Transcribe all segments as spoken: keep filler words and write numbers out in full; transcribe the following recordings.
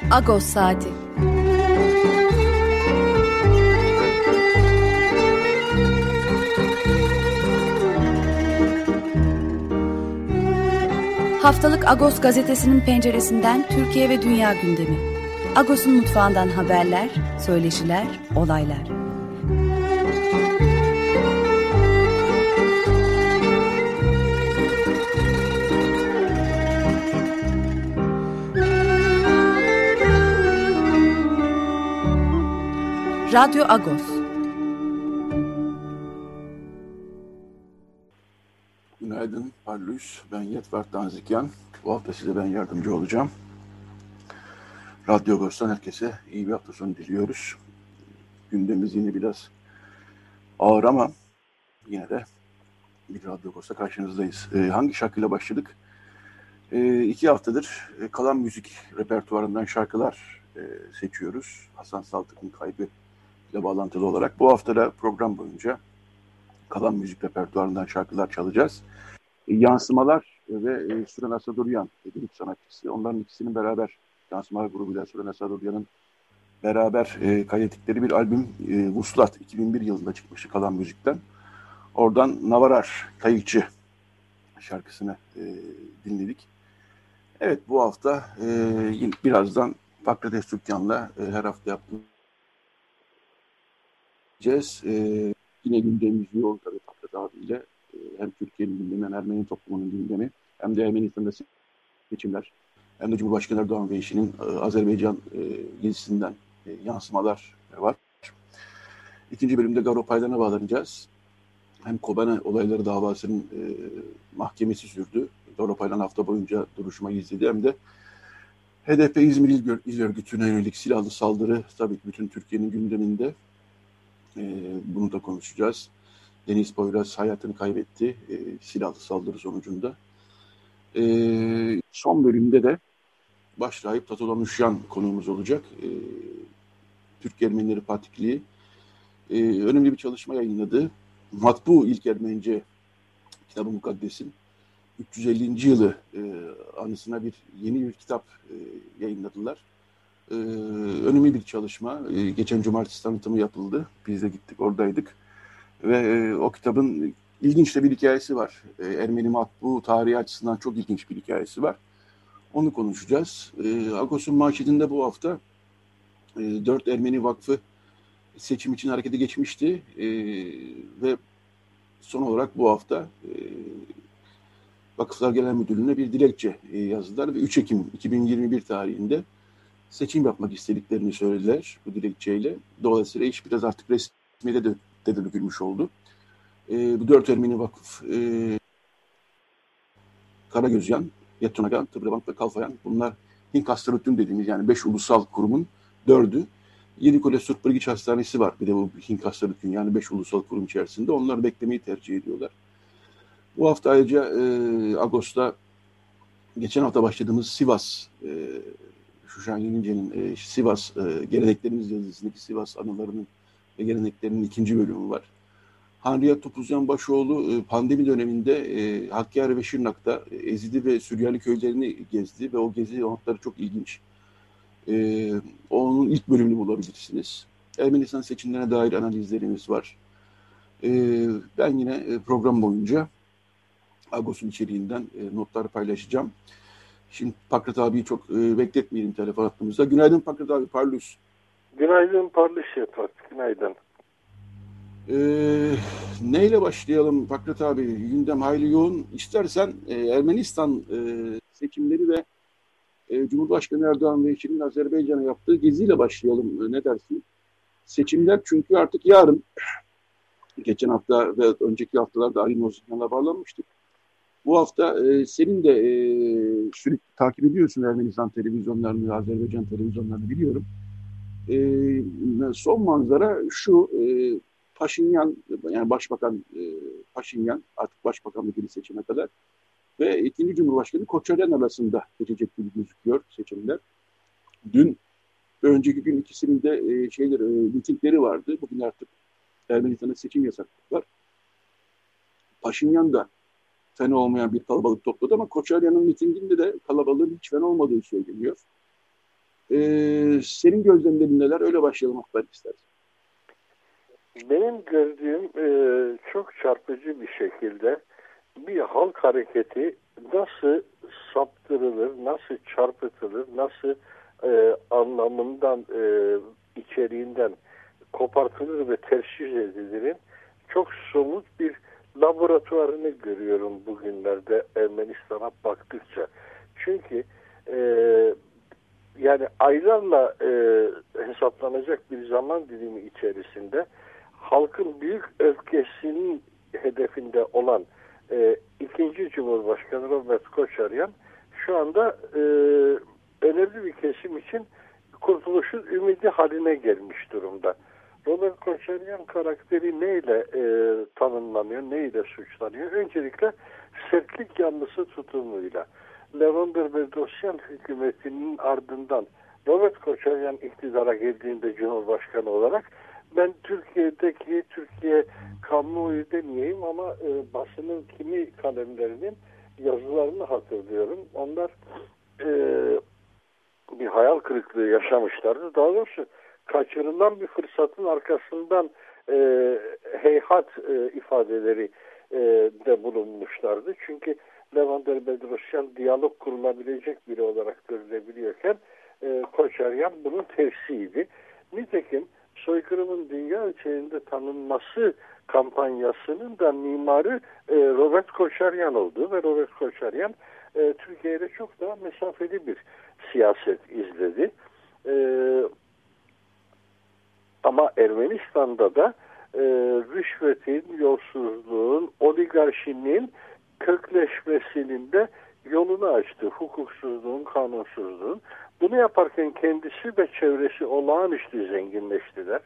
Agos Saati. Haftalık Agos gazetesinin penceresinden Türkiye ve dünya gündemi. Agos'un mutfağından haberler, söyleşiler, olaylar. Radyo Agos. Günaydın Parlus, ben Yetvart Danzikyan. Bu hafta size ben yardımcı olacağım. Radyo Agos'tan herkese iyi bir hafta sonu diliyoruz. Gündemimiz yine biraz ağır ama yine de bir Radyo Agos'ta karşınızdayız. Ee, hangi şarkıyla başladık? Ee, iki haftadır e, kalan müzik repertuarından şarkılar e, seçiyoruz. Hasan Saltık'ın kaybı ile bağlantılı olarak. Bu hafta da program boyunca kalan müzik repertuarından şarkılar çalacağız. E, yansımalar ve e, Süren Asaduryan, grup sanatçısı. Onların ikisinin beraber, Yansımalar grubuyla Süren Asaduryan'ın beraber e, kaydettikleri bir albüm e, Vuslat. iki bin bir yılında çıkmıştı kalan müzikten. Oradan Navarar, Kayıkçı şarkısını e, dinledik. Evet, bu hafta e, yine birazdan Fakrates Türkyan'la e, her hafta yaptığımız Ee, yine gündemimiz yoğun tabii Fakret abiyle. Ee, hem Türkiye'nin gündemi hem Ermeni toplumunun gündemi hem de Ermenistan'da seçimler hem de Cumhurbaşkanı Erdoğan ve eşinin e, Azerbaycan e, gezisinden e, yansımalar var. İkinci bölümde Garo Paydan'a bağlanacağız. Hem Kobane olayları davasının e, mahkemesi sürdü. Garo Paydan hafta boyunca duruşmayı izledi hem de H D P İzmir İl, İl Örgütü'ne yönelik silahlı saldırı tabii ki bütün Türkiye'nin gündeminde. Ee, bunu da konuşacağız. Deniz Poyraz hayatını kaybetti e, silahlı saldırı sonucunda. E, son bölümde de başrahip Tatolanuşyan konuğumuz olacak. E, Türk Ermenileri Patrikliği e, önemli bir çalışma yayınladı. Matbu ilk Ermenice Kitab-ı Mukaddes'in üç yüz ellinci yılı e, anısına bir yeni bir kitap e, yayınladılar. Ee, önemli bir çalışma. Ee, geçen cumartesi tanıtımı yapıldı. Biz de gittik, oradaydık. Ve e, o kitabın ilginç de bir hikayesi var. Ee, Ermeni matbu tarihi açısından çok ilginç bir hikayesi var. Onu konuşacağız. Ee, Agos'un manşetinde bu hafta e, dört Ermeni Vakfı seçim için harekete geçmişti. E, ve son olarak bu hafta e, Vakıflar Genel Müdürlüğü'ne bir dilekçe e, yazdılar ve üç Ekim iki bin yirmi bir tarihinde seçim yapmak istediklerini söylediler bu dilekçeyle. Dolayısıyla iş biraz artık resmiyete de, de dökülmüş oldu. E, bu dört Ermeni Vakıf, e, Karagözyan, Yetonagan, Tıbrıvank ve Kalfayan, bunlar Hinkastırıtün dediğimiz yani beş ulusal kurumun dördü. Yedikule Surtbırgiç Hastanesi var bir de bu Hinkastırıtün yani beş ulusal kurum içerisinde. Onları beklemeyi tercih ediyorlar. Bu hafta ayrıca e, Ağustos'ta geçen hafta başladığımız Sivas e, Şuşan Yenice'nin e, Sivas e, Geleneklerimiz yazısındaki Sivas anılarının ve geleneklerinin ikinci bölümü var. Hanriya Topuzyan Başoğlu e, pandemi döneminde e, Hakkari ve Şırnak'ta e, Ezidi ve Süryani köylerini gezdi ve o gezi notları çok ilginç. E, onun ilk bölümünü bulabilirsiniz. Ermenistan seçimlerine dair analizlerimiz var. E, ben yine e, program boyunca Agos'un içeriğinden e, notları paylaşacağım. Şimdi Pakrat abiyi çok e, bekletmeyelim telefon hattımızda. Günaydın Pakrat abi, Parlus. Günaydın Parlus Yetvart, günaydın. Ee, neyle başlayalım Pakrat abi? Gündem hayli yoğun. İstersen e, Ermenistan e, seçimleri ve e, Cumhurbaşkanı Erdoğan ve eşinin Azerbaycan'a yaptığı geziyle başlayalım. E, ne dersin? Seçimler çünkü artık yarın. Geçen hafta ve önceki haftalarda Ali Nozikyan'la bağlanmıştık. Bu hafta e, senin de e, sürekli takip ediyorsun Ermenistan televizyonlarını, Azerbaycan televizyonlarını biliyorum. E, son manzara şu, e, Paşinyan, yani Başbakan e, Paşinyan, artık Başbakanlık ili seçime kadar ve ikinci Cumhurbaşkanı Koçaryan arasında geçecek gibi gözüküyor seçimler. Dün ve önceki gün ikisinin de e, şeyler, e, mitingleri vardı. Bugün artık Ermenistan'da seçim yasakları var. Paşinyan da fena olmayan bir kalabalık topladı ama Koçaryan'ın mitinginde de kalabalığın hiç fena olmadığı söyleniyor. Ee, senin gözlemlerin neler? Öyle başlayalım Akbar istersen. Benim gördüğüm e, çok çarpıcı bir şekilde bir halk hareketi nasıl saptırılır, nasıl çarpıtılır, nasıl e, anlamından, e, içeriğinden kopartılır ve tercih edilir. Çok somut bir laboratuvarını görüyorum bugünlerde Ermenistan'a baktıkça. Çünkü e, yani aylarla e, hesaplanacak bir zaman dilimi içerisinde halkın büyük öfkesinin hedefinde olan e, ikinci Cumhurbaşkanı Robert Koçaryan şu anda e, önemli bir kesim için kurtuluşun ümidi haline gelmiş durumda. Robert Koçaryan karakteri neyle e, tanımlanıyor, neyle suçlanıyor? Öncelikle sertlik yanlısı tutumuyla. Levander Bedosyan hükümetinin ardından Robert Koçaryan iktidara geldiğinde Cumhurbaşkanı olarak ben Türkiye'deki, Türkiye kamuoyu demeyeyim ama e, basının kimi kalemlerinin yazılarını hatırlıyorum. Onlar e, bir hayal kırıklığı yaşamışlardı. Daha doğrusu kaçırılan bir fırsatın arkasından e, heyhat e, ifadeleri e, de bulunmuşlardı. Çünkü Levander Bedosyan diyalog kurulabilecek biri olarak görülebiliyorken e, Koçaryan bunun tersiydi. Nitekim soykırımın dünya ölçeğinde tanınması kampanyasının da mimarı e, Robert Koçaryan oldu ve Robert Koçaryan e, Türkiye'de çok daha mesafeli bir siyaset izledi. E, ama Ermenistan'da da e, rüşvetin, yolsuzluğun, oligarşinin kökleşmesinin de yolunu açtı. Hukuksuzluğun, kanunsuzluğun. Bunu yaparken kendisi ve çevresi olağanüstü zenginleştiler.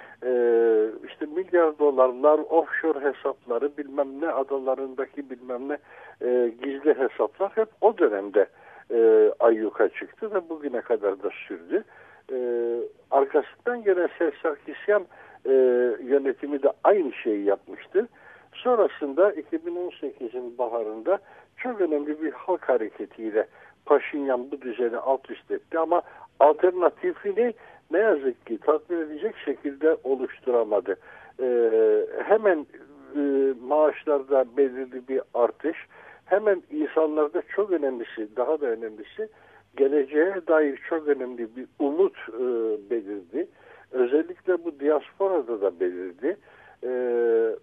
Ee, işte milyar dolarlar, offshore hesapları, bilmem ne adalarındaki bilmem ne e, gizli hesaplar hep o dönemde e, ayyuka çıktı ve bugüne kadar da sürdü. E, arkasından gelen Sarkisyan e, yönetimi de aynı şeyi yapmıştı. Sonrasında iki bin on sekizin baharında çok önemli bir halk hareketiyle Paşinyan bu düzeni alt üst etti ama alternatifini ne yazık ki tatmin edecek şekilde oluşturamadı. Ee, hemen e, maaşlarda belirli bir artış, hemen insanlarda çok önemlisi, daha da önemlisi geleceğe dair çok önemli bir umut e, belirdi. Özellikle bu diasporada da belirdi. Ee,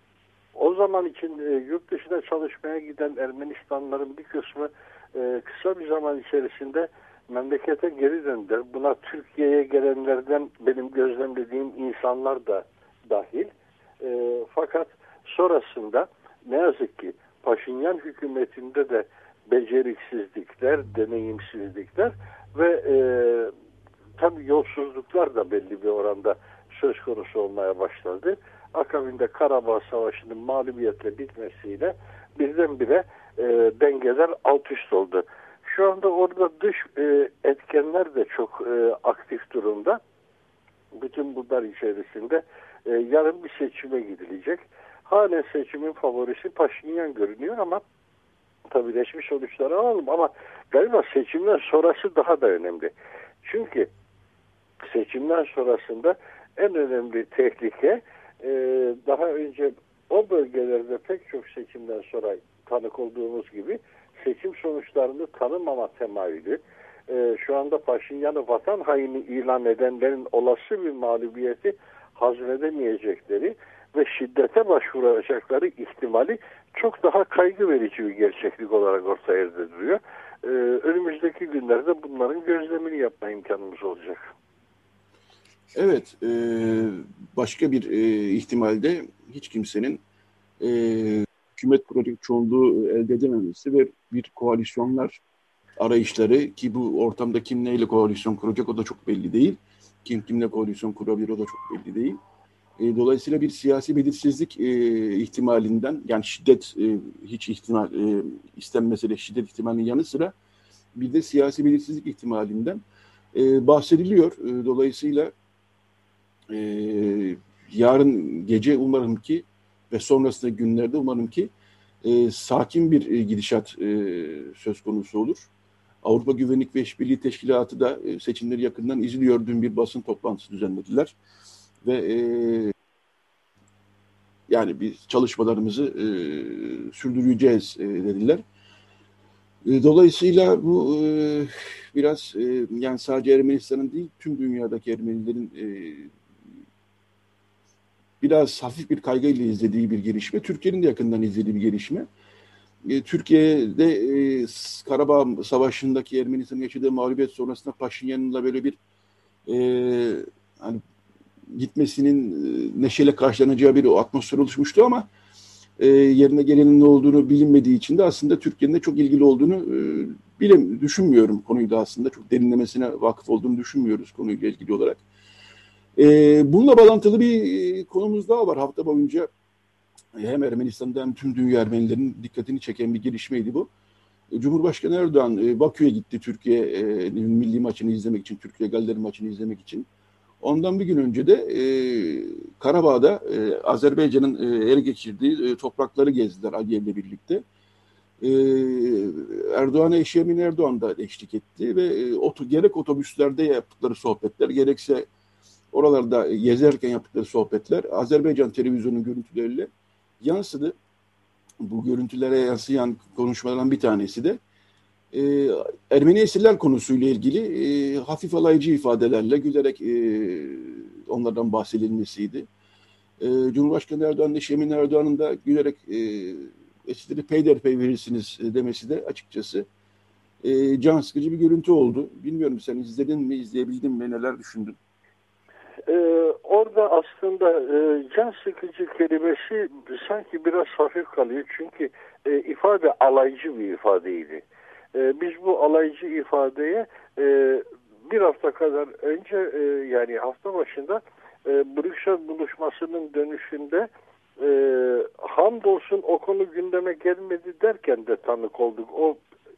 o zaman için e, yurt dışına çalışmaya giden Ermenistanlıların bir kısmı e, kısa bir zaman içerisinde memlekete geri döndüler. Buna Türkiye'ye gelenlerden benim gözlemlediğim insanlar da dahil. E, fakat sonrasında ne yazık ki Paşinyan hükümetinde de beceriksizlikler, deneyimsizlikler ve e, tabii yolsuzluklar da belli bir oranda söz konusu olmaya başladı. Akabinde Karabağ Savaşı'nın mağlubiyetle bitmesiyle birdenbire e, dengeler alt üst oldu. Şu anda orada dış e, etkenler de çok e, aktif durumda. Bütün bunlar içerisinde e, yarın bir seçime gidilecek. Halen seçimin favorisi Paşinyan görünüyor ama tabii resmi sonuçları alalım ama galiba seçimden sonrası daha da önemli. Çünkü seçimden sonrasında en önemli tehlike Ee, daha önce o bölgelerde pek çok seçimden sonra tanık olduğumuz gibi seçim sonuçlarını tanımama temayülü. Ee, şu anda Paşinyan'ı vatan haini ilan edenlerin olası bir mağlubiyeti hazmedemeyecekleri ve şiddete başvuracakları ihtimali çok daha kaygı verici bir gerçeklik olarak ortaya duruyor. Ee, önümüzdeki günlerde bunların gözlemini yapma imkanımız olacak. Evet, e, başka bir e, ihtimalde hiç kimsenin e, hükümet kuracak çoğunluğu elde edememesi ve bir koalisyonlar arayışları ki bu ortamda kim neyle koalisyon kuracak o da çok belli değil. Kim kimle koalisyon kurabilir o da çok belli değil. E, dolayısıyla bir siyasi belirsizlik e, ihtimalinden yani şiddet e, hiç ihtimal e, istenmese de şiddet ihtimalinin yanı sıra bir de siyasi belirsizlik ihtimalinden e, bahsediliyor. E, dolayısıyla Ee, yarın gece umarım ki ve sonrasında günlerde umarım ki e, sakin bir e, gidişat e, söz konusu olur. Avrupa Güvenlik ve İşbirliği Teşkilatı da e, seçimleri yakından izliyor. Dün bir basın toplantısı düzenlediler. Ve e, yani biz çalışmalarımızı e, sürdüreceğiz e, dediler. E, dolayısıyla bu e, biraz e, yani sadece Ermenistan'ın değil tüm dünyadaki Ermenilerin e, biraz hafif bir kaygıyla izlediği bir gelişme. Türkiye'nin de yakından izlediği bir gelişme. E, Türkiye'de e, Karabağ Savaşı'ndaki Ermenistan'ın yaşadığı mağlubiyet sonrasında Paşinyan'la böyle bir e, hani gitmesinin e, neşeyle karşılanacağı bir atmosfer oluşmuştu ama e, yerine gelenin ne olduğunu bilinmediği için de aslında Türkiye'nin de çok ilgili olduğunu e, bilem düşünmüyorum konuyla aslında. Çok derinlemesine vakıf olduğunu düşünmüyoruz konuyla ilgili olarak. E, bununla bağlantılı bir e, konumuz daha var. Hafta boyunca hem Ermenistan'da hem tüm dünya Ermenilerin dikkatini çeken bir gelişmeydi bu. Cumhurbaşkanı Erdoğan e, Bakü'ye gitti Türkiye milli maçını izlemek için, Türkiye Galleri maçını izlemek için. Ondan bir gün önce de e, Karabağ'da e, Azerbaycan'ın e, ele geçirdiği e, toprakları gezdiler Aliyev'le birlikte. E, Erdoğan'a eşi Emine Erdoğan da eşlik etti ve e, oto, gerek otobüslerde yaptıkları sohbetler, gerekse oralarda gezerken yaptıkları sohbetler Azerbaycan televizyonunun görüntüleriyle yansıdı. Bu görüntülere yansıyan konuşmalardan bir tanesi de e, Ermeni esirler konusuyla ilgili e, hafif alaycı ifadelerle gülerek e, onlardan bahsedilmesiydi. E, Cumhurbaşkanı Erdoğan'ın eşi Emine Erdoğan'ın da gülerek e, esirleri peyderpey verirsiniz demesi de açıkçası e, can sıkıcı bir görüntü oldu. Bilmiyorum sen izledin mi, izleyebildin mi, neler düşündün? Ee, orada aslında e, can sıkıcı kelimesi sanki biraz hafif kalıyor. Çünkü e, ifade alaycı bir ifadeydi. E, biz bu alaycı ifadeye e, bir hafta kadar önce e, yani hafta başında e, Brüksel buluşmasının dönüşünde e, hamdolsun o konu gündeme gelmedi derken de tanık olduk. O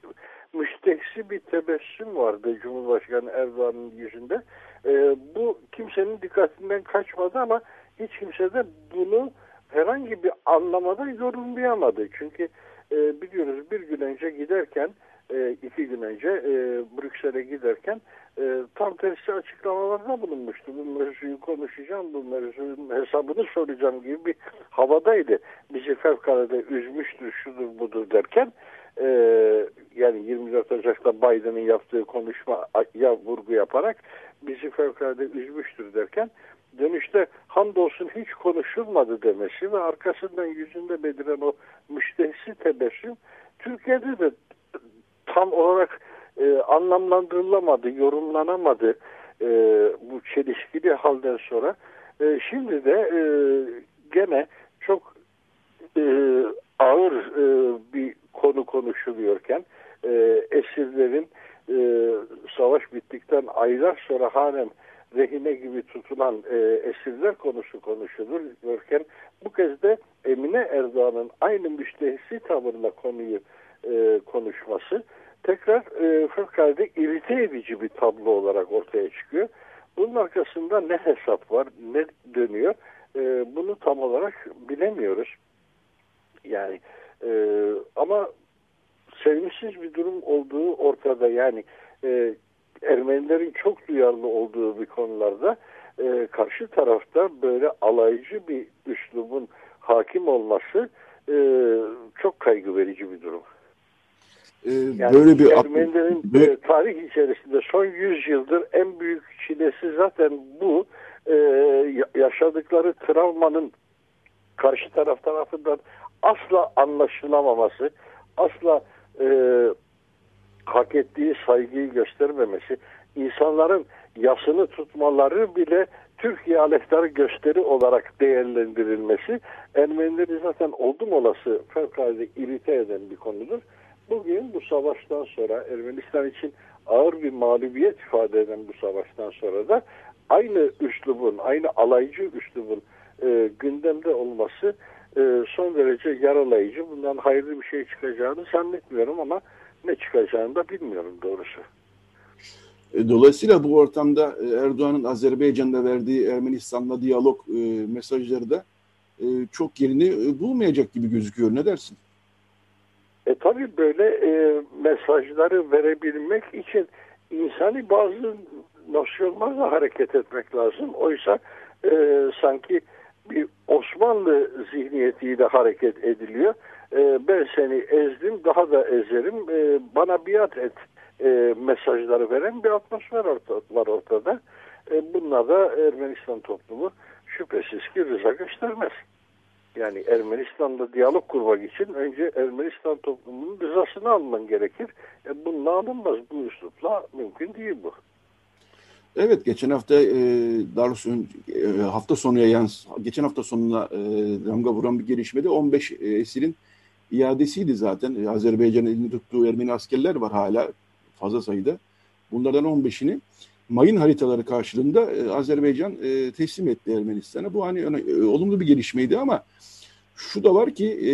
müstehsi bir tebessüm vardı Cumhurbaşkanı Erdoğan'ın yüzünde. E, bu kimsenin dikkatinden kaçmadı ama hiç kimse de bunu herhangi bir anlamada yorumlayamadı. Çünkü e, biliyoruz bir gün önce giderken, e, iki gün önce e, Brüksel'e giderken e, tam tersi açıklamalarda bulunmuştu. Bu mevzuyu konuşacağım, bu mevzunun hesabını soracağım gibi bir havadaydı. Bizi fevkalade üzmüştür, şudur budur derken e, yani yirmi dört Ocak'ta Biden'ın yaptığı konuşma ya vurgu yaparak bizi fevkalade üzmüştür derken dönüşte hamdolsun hiç konuşulmadı demesi ve arkasından yüzünde beliren o müstehsi tebessüm Türkiye'de de tam olarak e, anlamlandırılamadı, yorumlanamadı e, bu çelişkili halden sonra. E, şimdi de e, gene çok e, ağır e, bir konu konuşuluyorken e, esirlerin e, savaş bittikten aylar sonra halen rehine gibi tutulan e, esirler konusu konuşulurken bu kez de Emine Erdoğan'ın aynı müstehsi tavırla konuyu e, konuşması tekrar e, fevkalade irite edici bir tablo olarak ortaya çıkıyor. Bunun arkasında ne hesap var, ne dönüyor e, bunu tam olarak bilemiyoruz. Yani e, ama sevimsiz bir durum olduğu ortada. Yani e, Ermenilerin çok duyarlı olduğu bir konularda e, karşı tarafta böyle alaycı bir üslubun hakim olması e, çok kaygı verici bir durum. Ee, Yani böyle bir Ermenilerin böyle... e, tarih içerisinde son yüz yıldır en büyük çilesi zaten bu. E, yaşadıkları travmanın karşı taraf tarafından asla anlaşılamaması, asla e, hak ettiği saygıyı göstermemesi, insanların yasını tutmaları bile Türkiye aleyhtarı gösteri olarak değerlendirilmesi Ermenileri zaten oldum olası fevkalade irite eden bir konudur. Bugün bu savaştan sonra Ermenistan için ağır bir mağlubiyet ifade eden bu savaştan sonra da aynı üslubun, aynı alaycı üslubun e, gündemde olması e, son derece yaralayıcı. Bundan hayırlı bir şey çıkacağını zannetmiyorum ama ne çıkacağını da bilmiyorum doğrusu. Dolayısıyla bu ortamda Erdoğan'ın Azerbaycan'da verdiği Ermenistan'la diyalog e, mesajları da e, çok yerini bulmayacak gibi gözüküyor. Ne dersin? E tabii böyle e, mesajları verebilmek için insani bazı nosyonlarla hareket etmek lazım. Oysa e, sanki bir Osmanlı zihniyetiyle hareket ediliyor. E, ben seni ezdim, daha da ezerim, e, bana biat et e, mesajları veren bir atmosfer orta, var ortada. E, bununla da Ermenistan toplumu şüphesiz ki rıza göstermez. Yani Ermenistan'la diyalog kurmak için önce Ermenistan toplumunun rızasını alman gerekir. E, bununla alınmaz. Bu üslupla mümkün değil bu. Evet, geçen hafta e, daha doğrusu e, hafta sonu yayın, geçen hafta sonuna e, damga vuran bir gelişmede on beş e, esirin iadesiydi zaten. E, Azerbaycan'ın elini tuttuğu Ermeni askerler var hala fazla sayıda. Bunlardan on beşini mayın haritaları karşılığında e, Azerbaycan e, teslim etti Ermenistan'a. Bu hani e, olumlu bir gelişmeydi ama şu da var ki e,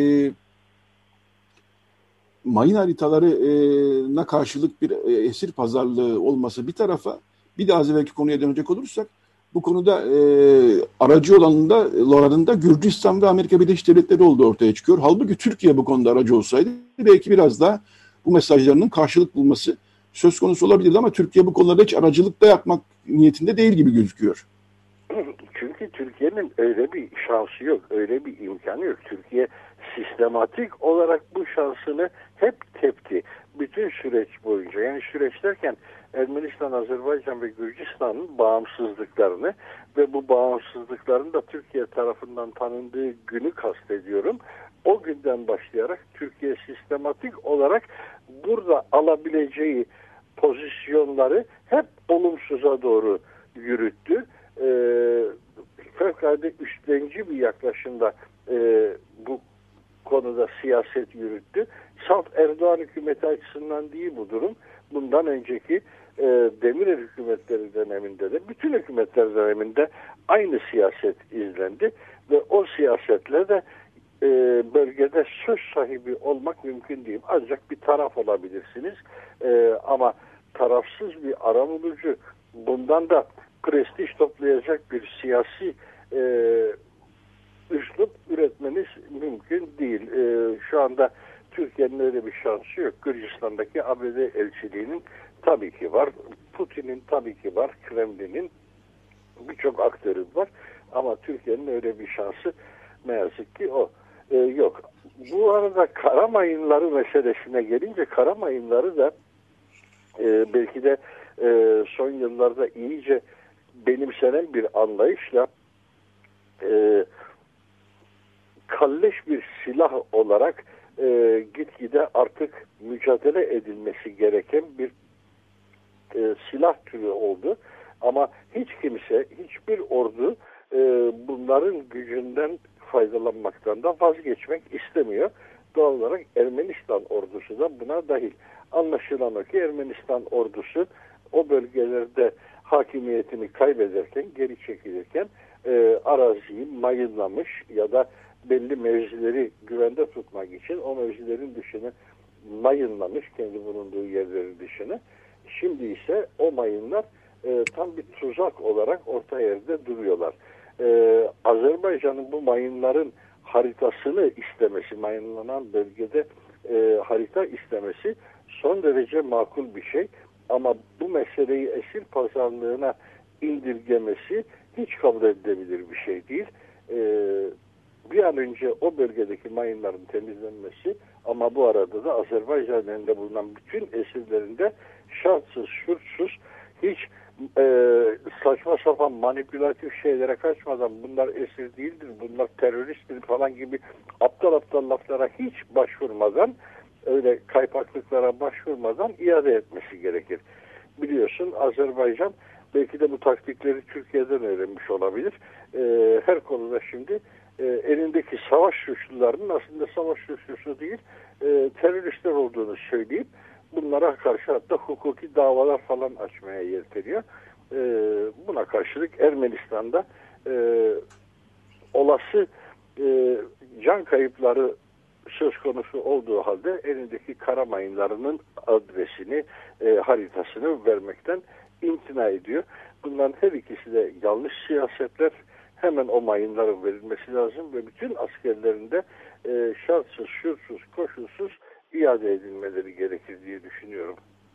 mayın haritalarına karşılık bir e, esir pazarlığı olması bir tarafa, bir de az evvelki konuya dönecek olursak bu konuda e, aracı olanında, olanında Gürcistan ve Amerika Birleşik Devletleri olduğu ortaya çıkıyor. Halbuki Türkiye bu konuda aracı olsaydı belki biraz daha bu mesajlarının karşılık bulması söz konusu olabilirdi ama Türkiye bu konularda hiç aracılıkta yapmak niyetinde değil gibi gözüküyor. Çünkü Türkiye'nin öyle bir şansı yok, öyle bir imkanı yok. Türkiye sistematik olarak bu şansını hep tepti. Bütün süreç boyunca, yani süreç derken Ermenistan, Azerbaycan ve Gürcistan'ın bağımsızlıklarını ve bu bağımsızlıkların da Türkiye tarafından tanındığı günü kastediyorum. O günden başlayarak Türkiye sistematik olarak burada alabileceği pozisyonları hep olumsuza doğru yürüttü. Ee, fevkalade üstlenci bir yaklaşımda e, bu konuda siyaset yürüttü. Salt Erdoğan hükümeti açısından değil bu durum. Bundan önceki e, Demirel hükümetleri döneminde de, bütün hükümetler döneminde aynı siyaset izlendi ve o siyasetle de e, bölgede söz sahibi olmak mümkün değil. Ancak bir taraf olabilirsiniz e, ama tarafsız bir arabulucu, bundan da prestij toplayacak bir siyasi e, üslup üretmeniz mümkün değil. E, şu anda Türkiye'nin öyle bir şansı yok. Gürcistan'daki A B D elçiliğinin tabii ki var. Putin'in tabii ki var. Kremlin'in birçok aktörü var. Ama Türkiye'nin öyle bir şansı ne yazık ki o e, yok. Bu arada kara mayınları meselesine gelince, kara mayınları da e, belki de e, son yıllarda iyice benimsenen bir anlayışla e, kalleş bir silah olarak e, gitgide artık mücadele edilmesi gereken bir e, silah türü oldu. Ama hiç kimse, hiçbir ordu e, bunların gücünden faydalanmaktan da vazgeçmek istemiyor. Doğal olarak Ermenistan ordusu da buna dahil. Anlaşılan o ki Ermenistan ordusu o bölgelerde hakimiyetini kaybederken, geri çekilirken e, araziyi mayınlamış ya da belli mevzileri güvende tutmak için o mevzilerin dışını mayınlamış, kendi bulunduğu yerlerin dışını. Şimdi ise o mayınlar e, tam bir tuzak olarak orta yerde duruyorlar. E, Azerbaycan'ın bu mayınların haritasını istemesi, mayınlanan bölgede e, harita istemesi son derece makul bir şey. Ama bu meseleyi esir pazarlığına indirgemesi hiç kabul edilebilir bir şey değil. Ee, bir an önce o bölgedeki mayınların temizlenmesi, ama bu arada da Azerbaycan elinde bulunan bütün esirlerinde şartsız, şurtsuz, hiç e, saçma sapan manipülatif şeylere kaçmadan bunlar esir değildir, bunlar teröristtir falan gibi aptal aptal laflara hiç başvurmadan, öyle kaypaklıklara başvurmadan iade etmesi gerekir. Biliyorsun Azerbaycan belki de bu taktikleri Türkiye'den öğrenmiş olabilir. Ee, her konuda şimdi e, elindeki savaş suçlularının aslında savaş suçlusu değil, e, teröristler olduğunu söyleyip bunlara karşı hatta hukuki davalar falan açmaya yelteniyor. E, buna karşılık Ermenistan'da e, olası e, can kayıpları söz konusu olduğu halde elindeki kara mayınlarının adresini, e, haritasını vermekten imtina ediyor. Bunların her ikisi de yanlış siyasetler. Hemen o mayınların verilmesi lazım ve bütün askerlerinde e, şartsız, şurtsuz, koşulsuz iade edilmeleri gerekir diye düşünüyorum.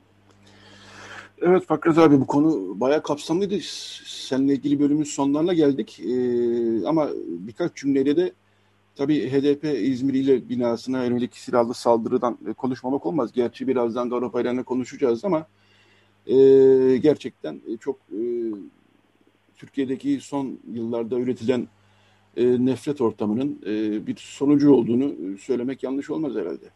Evet Fakret abi, bu konu bayağı kapsamlıydı. Seninle ilgili bölümün sonlarına geldik. Ee, ama birkaç cümleyle de tabii H D P İzmir İl binasına yönelik silahlı saldırıdan konuşmamak olmaz. Gerçi birazdan Garo Paylan'la konuşacağız ama e, gerçekten çok e, Türkiye'deki son yıllarda üretilen e, nefret ortamının e, bir sonucu olduğunu söylemek yanlış olmaz herhalde.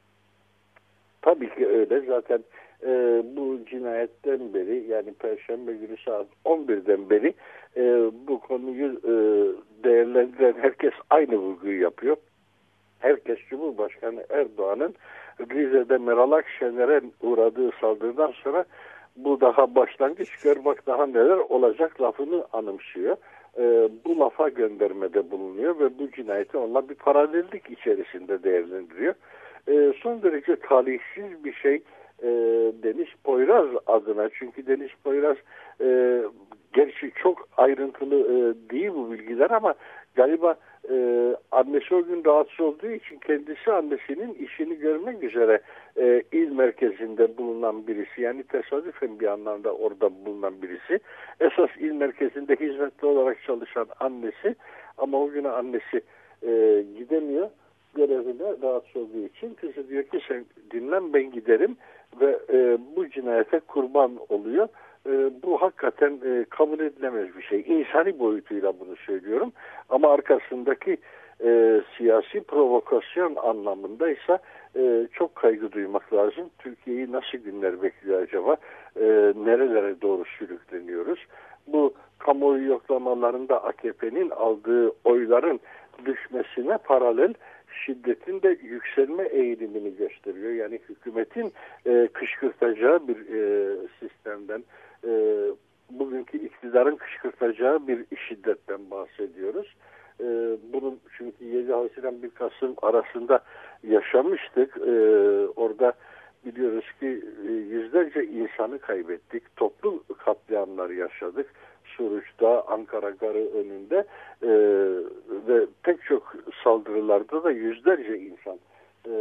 Tabii ki öyle. Zaten e, bu cinayetten beri, yani Perşembe günü saat on birden beri e, bu konuyu e, değerlendiren herkes aynı vurguyu yapıyor. Herkes Cumhurbaşkanı Erdoğan'ın Rize'de Meral Akşener'e uğradığı saldırıdan sonra bu daha başlangıç, gör bak daha neler olacak lafını anımsıyor. E, bu lafa göndermede bulunuyor ve bu cinayeti onunla bir paralellik içerisinde değerlendiriyor. E, son derece talihsiz bir şey e, Deniz Poyraz adına. Çünkü Deniz Poyraz e, gerçi çok ayrıntılı e, değil bu bilgiler ama galiba e, annesi o gün rahatsız olduğu için kendisi annesinin işini görmek üzere e, il merkezinde bulunan birisi. Yani tesadüfen bir anlamda orada bulunan birisi. Esas il merkezinde hizmetli olarak çalışan annesi, ama o gün annesi e, gidemiyor. Görevine rahatsız olduğu için kızı diyor ki sen dinlen, ben giderim ve e, bu cinayete kurban oluyor. E, bu hakikaten e, kabul edilemez bir şey. İnsani boyutuyla bunu söylüyorum ama arkasındaki e, siyasi provokasyon anlamındaysa e, çok kaygı duymak lazım. Türkiye'yi nasıl günler bekliyor acaba? E, nerelere doğru sürükleniyoruz? Bu kamuoyu yoklamalarında A K P'nin aldığı oyların düşmesine paralel şiddetin de yükselme eğilimini gösteriyor. Yani hükümetin e, kışkırtacağı bir e, sistemden, e, bugünkü iktidarın kışkırtacağı bir şiddetten bahsediyoruz. E, bunun çünkü yedi Haziran bir Kasım arasında yaşamıştık. E, orada biliyoruz ki e, yüzlerce insanı kaybettik. Toplu katliamlar yaşadık. Suruç'ta, Ankara Garı önünde e, ve pek çok saldırılarda da yüzlerce insan e,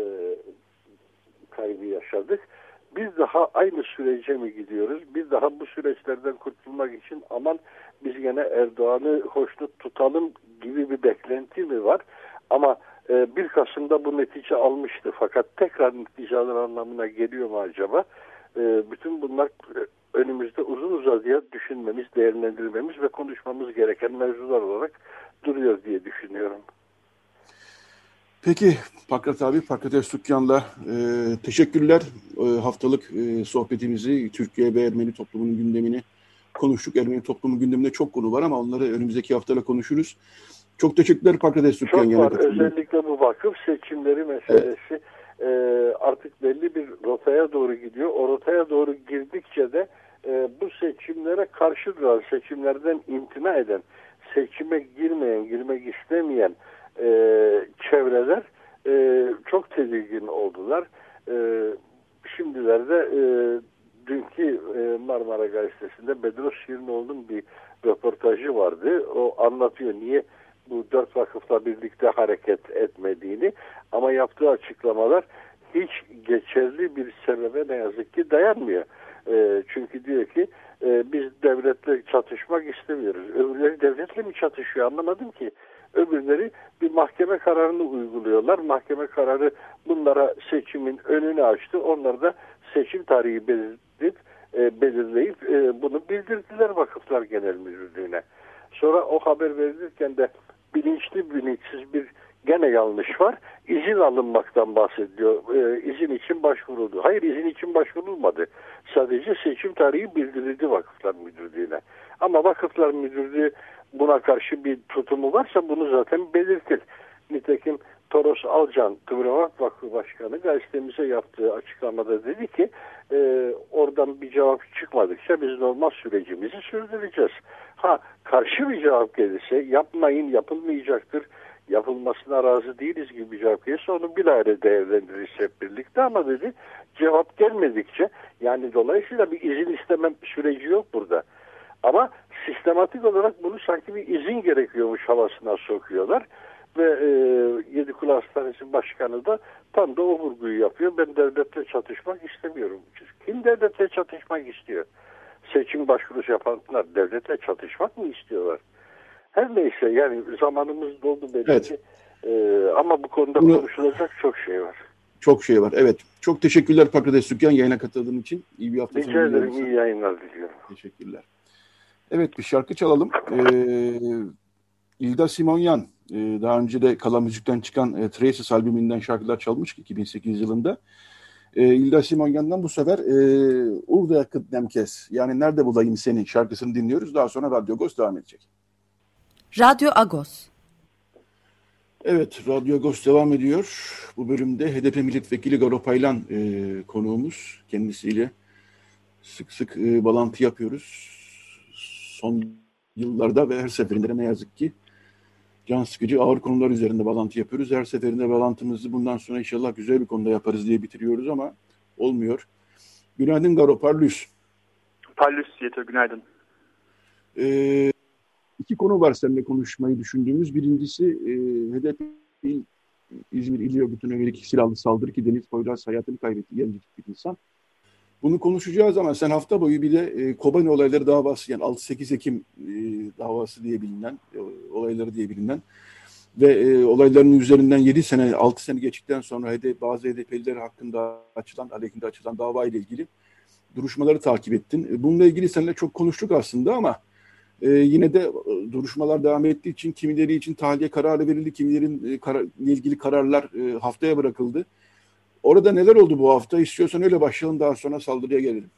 kaybı yaşadık. Biz daha aynı sürece mi gidiyoruz? Biz daha bu süreçlerden kurtulmak için aman biz gene Erdoğan'ı hoşnut tutalım gibi bir beklenti mi var? Ama e, bir Kasım'da bu netice almıştı. Fakat tekrar neticeler anlamına geliyor mu acaba? E, bütün bunlar e, önümüzde uzun uzadıya düşünmemiz, değerlendirmemiz ve konuşmamız gereken mevzular olarak duruyor diye düşünüyorum. Peki Pakrat abi, Pakrat Öztürkyan'la e, teşekkürler. E, haftalık e, sohbetimizi, Türkiye ve Ermeni toplumunun gündemini konuştuk. Ermeni toplumunun gündeminde çok konu var ama onları önümüzdeki haftada konuşuruz. Çok teşekkürler Pakrat Öztürkyan. Çok var. Özellikle bu vakıf seçimleri meselesi evet. e, artık belli bir rotaya doğru gidiyor. O rotaya doğru girdikçe de e, bu seçimlere karşı duran, seçimlerden imtina eden, seçime girmeyen, girmek istemeyen e, çevreler e, çok tedirgin oldular. E, şimdilerde e, dünkü e, Marmara Gazetesi'nde Bedros Şirinoğlu'nun bir röportajı vardı. O anlatıyor niye bu dört vakıfla birlikte hareket etmediğini, ama yaptığı açıklamalar hiç geçerli bir sebebe ne yazık ki dayanmıyor. E, çünkü diyor ki e, biz devletle çatışmak istemiyoruz. Öbürleri devletle mi çatışıyor anlamadım ki. Öbürleri bir mahkeme kararını uyguluyorlar. Mahkeme kararı bunlara seçimin önünü açtı. Onlar da seçim tarihi belirleyip, e, belirleyip e, bunu bildirdiler Vakıflar Genel Müdürlüğü'ne. Sonra o haber verilirken de bilinçli bilinçsiz bir gene yanlış var. İzin alınmaktan bahsediyor. Ee, izin için başvuruldu. Hayır, izin için başvurulmadı. Sadece seçim tarihi bildirildi Vakıflar Müdürlüğü'ne. Ama Vakıflar Müdürlüğü buna karşı bir tutumu varsa bunu zaten belirtir. Nitekim Toros Alcan, Kıvırcık Vakfı Başkanı gazetemize yaptığı açıklamada dedi ki e, oradan bir cevap çıkmadıkça biz normal sürecimizi sürdüreceğiz. Ha, karşı bir cevap gelirse yapmayın, yapılmayacaktır, yapılmasına razı değiliz gibi bir cevap gelirse onu bilahare değerlendiririz hep birlikte, ama dedi cevap gelmedikçe, yani dolayısıyla bir izin istemem süreci yok burada. Ama sistematik olarak bunu sanki bir izin gerekiyormuş havasına sokuyorlar. Ve e, Yedikule Hastanesi Başkanı da tam da o vurguyu yapıyor. Ben devletle çatışmak istemiyorum. Kim devletle çatışmak istiyor? Seçim başvurusu yapanlar devletle çatışmak mı istiyorlar? Her neyse, yani zamanımız doldu belki. Evet. Ee, ama bu konuda Bunu, konuşulacak çok şey var. Çok şey var, evet. Çok teşekkürler Pakrates Türkan yayına katıldığın için. İyi bir hafta sonu diliyorum. Rica ederim, iyi yayınlar diliyorum. Teşekkürler. Evet, bir şarkı çalalım. Ee, İlda Simonyan, e, daha önce de Kala Müzik'ten çıkan e, Traces albümünden şarkılar çalmış iki bin sekiz yılında. E, İlda Simonyan'dan bu sefer e, Urda Kıdnemkes, yani Nerede Bulayım Seni şarkısını dinliyoruz. Daha sonra Radyo Agos devam edecek. Radyo Agos. Evet, Radyo Agos devam ediyor. Bu bölümde H D P Milletvekili Garo Paylan e, konuğumuz. Kendisiyle sık sık e, bağlantı yapıyoruz. Son yıllarda ve her seferinde de ne yazık ki can sıkıcı ağır konular üzerinde bağlantı yapıyoruz. Her seferinde bağlantımızı bundan sonra inşallah güzel bir konuda yaparız diye bitiriyoruz ama olmuyor. Günaydın Garo, parlus. Parlus Yeter, günaydın. Ee, iki konu var seninle konuşmayı düşündüğümüz. Birincisi e, H D P İzmir İl Örgütü'ne yönelik silahlı saldırı ki Deniz Poyraz hayatını kaybetti. Gencecik bir insan. Bunu konuşacağız ama sen hafta boyu bir de e, Kobani olayları davası, yani altı sekiz Ekim e, davası diye bilinen, e, olayları diye bilinen ve e, olayların üzerinden yedi sene, altı sene geçtikten sonra H D P, bazı H D P'liler hakkında açılan, aleyhinde açılan dava ile ilgili duruşmaları takip ettin. E, bununla ilgili seninle çok konuştuk aslında ama e, yine de e, duruşmalar devam ettiği için kimileri için tahliye kararı verildi, kimilerin e, kar- ile ilgili kararlar e, haftaya bırakıldı. Orada neler oldu bu hafta? İstiyorsan öyle başlayalım, daha sonra saldırıya gelelim.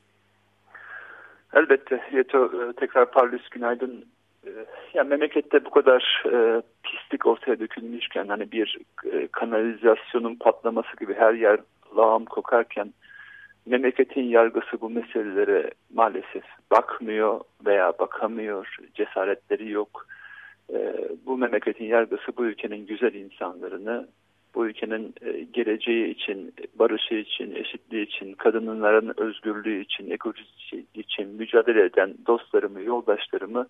Elbette. Yeto, tekrar parlus, günaydın. Yani memlekette bu kadar e, pislik ortaya dökülmüşken, hani bir e, kanalizasyonun patlaması gibi her yer lağım kokarken, memleketin yargısı bu meselelere maalesef bakmıyor veya bakamıyor, cesaretleri yok. E, bu memleketin yargısı bu ülkenin güzel insanlarını, bu ülkenin geleceği için, barışı için, eşitliği için, kadınların özgürlüğü için, ekolojisi için mücadele eden dostlarımı, yoldaşlarımı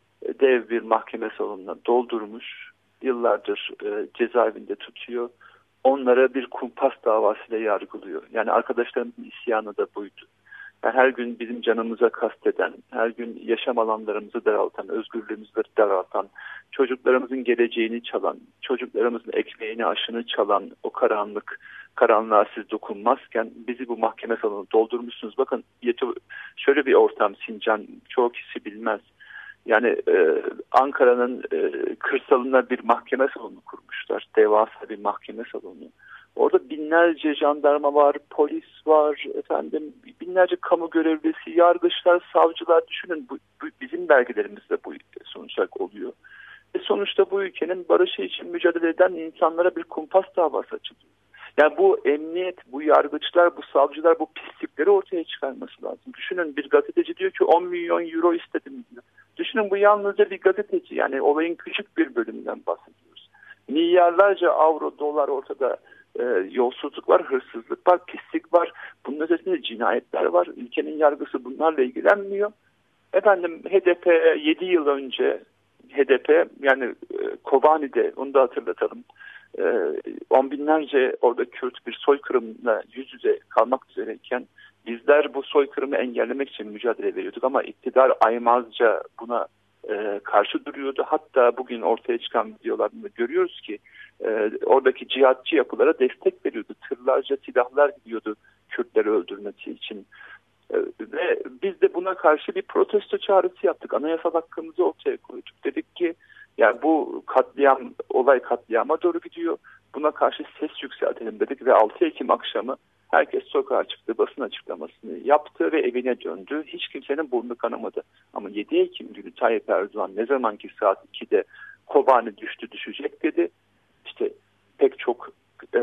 dev bir mahkeme salonuna doldurmuş, yıllardır cezaevinde tutuyor. Onlara bir kumpas davasıyla yargılıyor. Yani arkadaşlarımın isyanı da buydu. Yani her gün bizim canımıza kasteden, her gün yaşam alanlarımızı daraltan, özgürlüğümüzü daraltan, çocuklarımızın geleceğini çalan, çocuklarımızın ekmeğini, aşını çalan o karanlık, karanlığa siz dokunmazken bizi bu mahkeme salonu doldurmuşsunuz. Bakın şöyle bir ortam Sincan, çoğu kişi bilmez. Yani e, Ankara'nın e, kırsalına bir mahkeme salonu kurmuşlar. Devasa bir mahkeme salonu. Orada binlerce jandarma var, polis var, efendim binlerce kamu görevlisi, yargıçlar, savcılar, düşünün bu, bu bizim belgelerimizde bu sonuçlar oluyor. Ve sonuçta bu ülkenin barışı için mücadele eden insanlara bir kumpas davası açılıyor. Yani bu emniyet, bu yargıçlar, bu savcılar bu pislikleri ortaya çıkarması lazım. Düşünün, bir gazeteci diyor ki on milyon euro istedim diyor. Düşünün, bu yalnızca bir gazeteci, yani olayın küçük bir bölümünden bahsediyoruz. Milyarlarca avro, dolar ortada. E, yolsuzluk var, hırsızlık var, pislik var. Bunun ötesinde cinayetler var. Ülkenin yargısı bunlarla ilgilenmiyor. Efendim H D P yedi yıl önce H D P yani e, Kobani'de, onu da hatırlatalım. E, on binlerce orada Kürt bir soykırımla yüz yüze kalmak üzereyken bizler bu soykırımı engellemek için mücadele veriyorduk ama iktidar aymazca buna e, karşı duruyordu. Hatta bugün ortaya çıkan videolarda görüyoruz ki e, oradaki cihatçı yapılara destek veriyordu. Tırlarca silahlar gidiyordu Kürtleri öldürmesi için. E, ve biz de buna karşı bir protesto çağrısı yaptık. Anayasal hakkımızı ortaya koyduk. Dedik ki yani bu katliam, olay katliama doğru gidiyor. Buna karşı ses yükseltelim dedik ve altı Ekim akşamı herkes sokağa çıktı, basın açıklamasını yaptı ve evine döndü. Hiç kimsenin burnu kanamadı. Ama yedi Ekim günü Tayyip Erdoğan ne zamanki saat ikide Kobani düştü düşecek dedi. İşte pek çok e,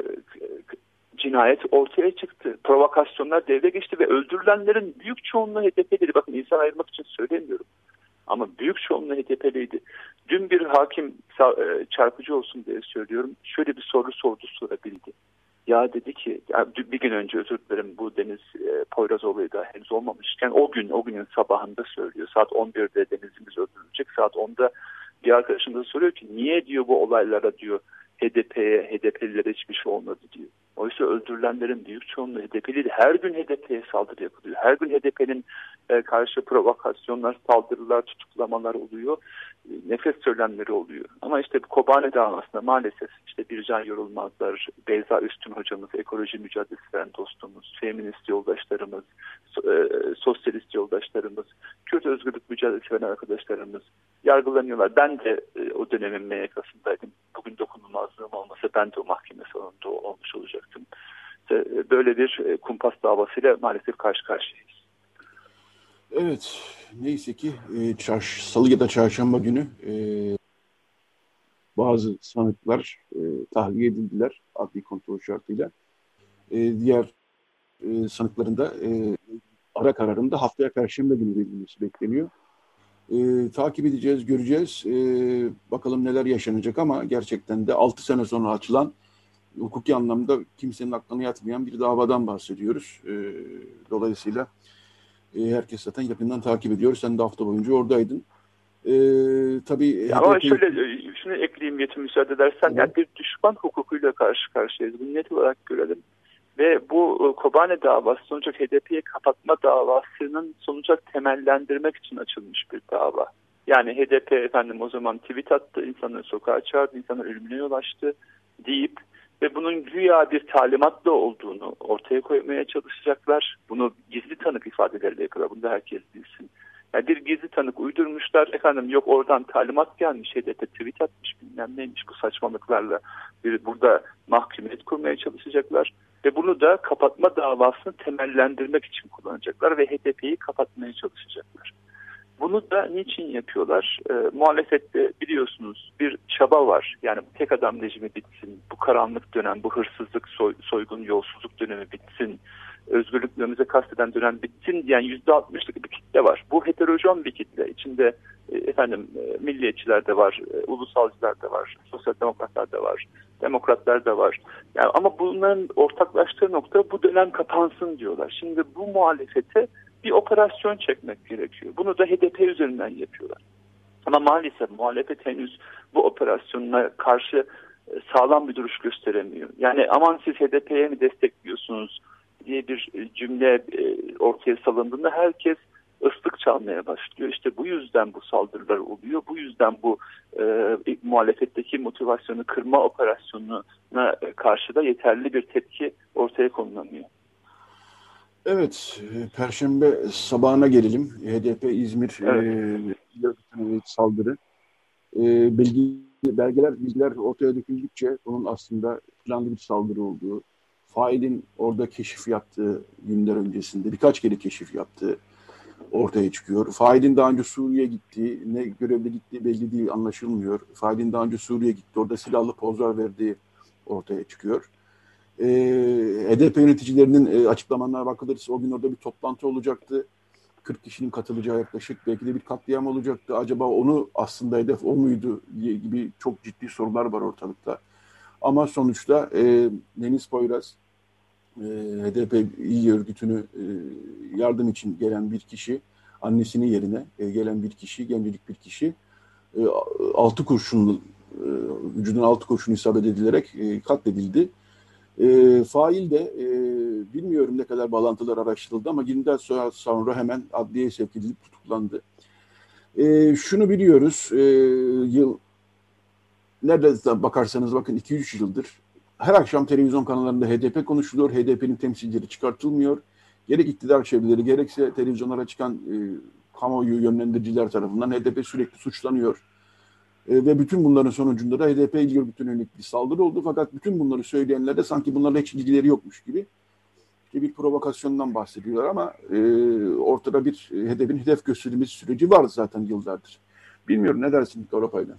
cinayet ortaya çıktı. Provokasyonlar devre geçti ve öldürülenlerin büyük çoğunluğu H D P'liydi. Bakın, insan ayırmak için söylemiyorum. Ama büyük çoğunluğu H D P'liydi. Dün bir hakim, çarpıcı olsun diye söylüyorum, şöyle bir soru sordu, sorabildi. Ya dedi ki, yani bir gün önce, özür dilerim, bu Deniz e, Poyraz olayı da henüz olmamışken o gün, o günün sabahında söylüyor. Saat on birde Deniz'imiz öldürülecek. Saat onda bir arkadaşım da soruyor ki niye diyor bu olaylara diyor H D P'ye, H D P'lilere hiçbir şey olmadı diyor. Oysa öldürülenlerin büyük çoğunluğu H D P'li. Her gün H D P'ye saldırı yapılıyor. Her gün H D P'nin e, karşı provokasyonlar, saldırılar, tutuklamalar oluyor. E, nefret söylemleri oluyor. Ama işte Kobane davasında maalesef işte Bircan Yorulmazlar, Beyza Üstün hocamız, ekoloji mücadelesi veren dostumuz, feminist yoldaşlarımız, so, e, sosyalist yoldaşlarımız, Kürt özgürlük mücadelesi veren arkadaşlarımız yargılanıyorlar. Ben de e, o dönemin M Y K'sındaydım. Bugün dokunulmazlığım olmasa ben de o mahkeme salonunda olmuş olacaktım. İşte böyle bir e, kumpas davasıyla maalesef karşı karşıyayız. Evet, neyse ki e, çarş, salı ya da çarşamba günü e, bazı sanıklar e, tahliye edildiler adli kontrol şartıyla. E, diğer e, sanıkların da e, ara kararında haftaya Perşembe günü verilmesi bekleniyor. E, takip edeceğiz, göreceğiz. E, bakalım neler yaşanacak ama gerçekten de altı sene sonra açılan hukuki anlamda kimsenin aklına yatmayan bir davadan bahsediyoruz. E, dolayısıyla e, herkes zaten yakından takip ediyor. Sen de hafta boyunca oradaydın. E, tabii ama H D P... şöyle şunu ekleyeyim Yetim müsaade edersen. Yani bir düşman hukukuyla karşı karşıyayız. Bunu net olarak görelim. Ve bu Kobane davası sonuçta H D P'yi kapatma davasının sonuca temellendirmek için açılmış bir dava. Yani H D P efendim o zaman tweet attı, insanları sokağa çağırdı, insanlar ölümüne yol açtı deyip ve bunun güya bir talimatla olduğunu ortaya koymaya çalışacaklar. Bunu gizli tanık ifadeleriyle yapıyorlar. Bunu da herkes bilsin. Yani bir gizli tanık uydurmuşlar. Efendim yok oradan talimat gelmiş. H D P tweet atmış bilmem neymiş bu saçmalıklarla. Bir, burada mahkumiyet kurmaya çalışacaklar. Ve bunu da kapatma davasını temellendirmek için kullanacaklar ve H D P'yi kapatmaya çalışacaklar. Bunu da niçin yapıyorlar? E, muhalefette biliyorsunuz bir çaba var. Yani tek adam rejimi bitsin, bu karanlık dönem, bu hırsızlık, soy, soygun, yolsuzluk dönemi bitsin, özgürlüklerimize kasteden dönem bitsin diyen yüzde altmışlık bir kitle var. Bu heterojen bir kitle. İçinde e, efendim e, milliyetçiler de var, e, ulusalcılar da var, sosyal demokratlar da var, demokratlar da var. Yani ama bunların ortaklaştığı nokta bu dönem kapansın diyorlar. Şimdi bu muhalefete bir operasyon çekmek gerekiyor. Bunu da H D P üzerinden yapıyorlar. Ama maalesef muhalefet henüz bu operasyonuna karşı sağlam bir duruş gösteremiyor. Yani aman siz H D P'ye mi destekliyorsunuz diye bir cümle ortaya salındığında herkes ıslık çalmaya başlıyor. İşte bu yüzden bu saldırılar oluyor. Bu yüzden bu e, muhalefetteki motivasyonu kırma operasyonuna karşı da yeterli bir tepki ortaya konulamıyor. Evet, Perşembe sabahına gelelim. H D P İzmir evet. e, saldırı. E, bilgi, belgeler, bilgiler ortaya döküldükçe bunun aslında planlı bir saldırı olduğu, failin orada keşif yaptığı günler öncesinde birkaç kere keşif yaptığı ortaya çıkıyor. Failin daha önce Suriye'ye gittiği, ne görevle gittiği belli değil, anlaşılmıyor. Failin daha önce Suriye'ye gitti, orada silahlı pozlar verdiği ortaya çıkıyor. Ee, H D P yöneticilerinin e, açıklamalarına bakılırsa o gün orada bir toplantı olacaktı. kırk kişinin katılacağı yaklaşık, belki de bir katliam olacaktı. Acaba onu aslında hedef o muydu diye gibi çok ciddi sorular var ortalıkta. Ama sonuçta e, Deniz Poyraz, e, H D P İyi Örgütü'nü e, yardım için gelen bir kişi, annesinin yerine e, gelen bir kişi, gencecik bir kişi, e, altı kurşunlu, e, vücuduna altı kurşun isabet edilerek e, katledildi. E, fail de e, bilmiyorum ne kadar bağlantılar araştırıldı ama yirmi dört saat sonra hemen adliyeye sevk edilip tutuklandı. E, şunu biliyoruz, e, yıl nerede bakarsanız bakın iki üç yıldır her akşam televizyon kanallarında H D P konuşuluyor. H D P'nin temsilcileri çıkartılmıyor. Gerek iktidar çevreleri gerekse televizyonlara çıkan e, kamuoyu yönlendiriciler tarafından H D P sürekli suçlanıyor. E, ve bütün bunların sonucunda da H D P İl Örgütü'ne yönelik bir saldırı oldu. Fakat bütün bunları söyleyenler de sanki bunlarla hiç ilgileri yokmuş gibi işte bir provokasyondan bahsediyorlar ama e, ortada bir H D P'nin hedef gösterilmesi süreci var zaten yıllardır. Bilmiyorum, ne dersin Avrupa'yla?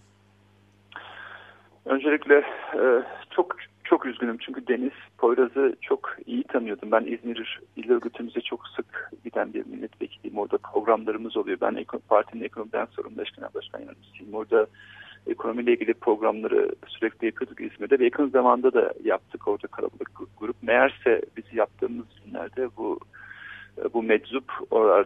Öncelikle e, çok çok üzgünüm çünkü Deniz Poyraz'ı çok iyi tanıyordum. Ben İzmir İl Örgütümüze çok sık giden bir milletvekiliyim. Orada programlarımız oluyor. Ben partinin ekonomiden sorumlu eş genel başkan yardımcısıyım. Orada ekonomiyle ilgili programları sürekli yapıyorduk İzmir'de ve yakın zamanda da yaptık orada kalabalık grup. Meğerse biz yaptığımız günlerde bu bu meczup oralarda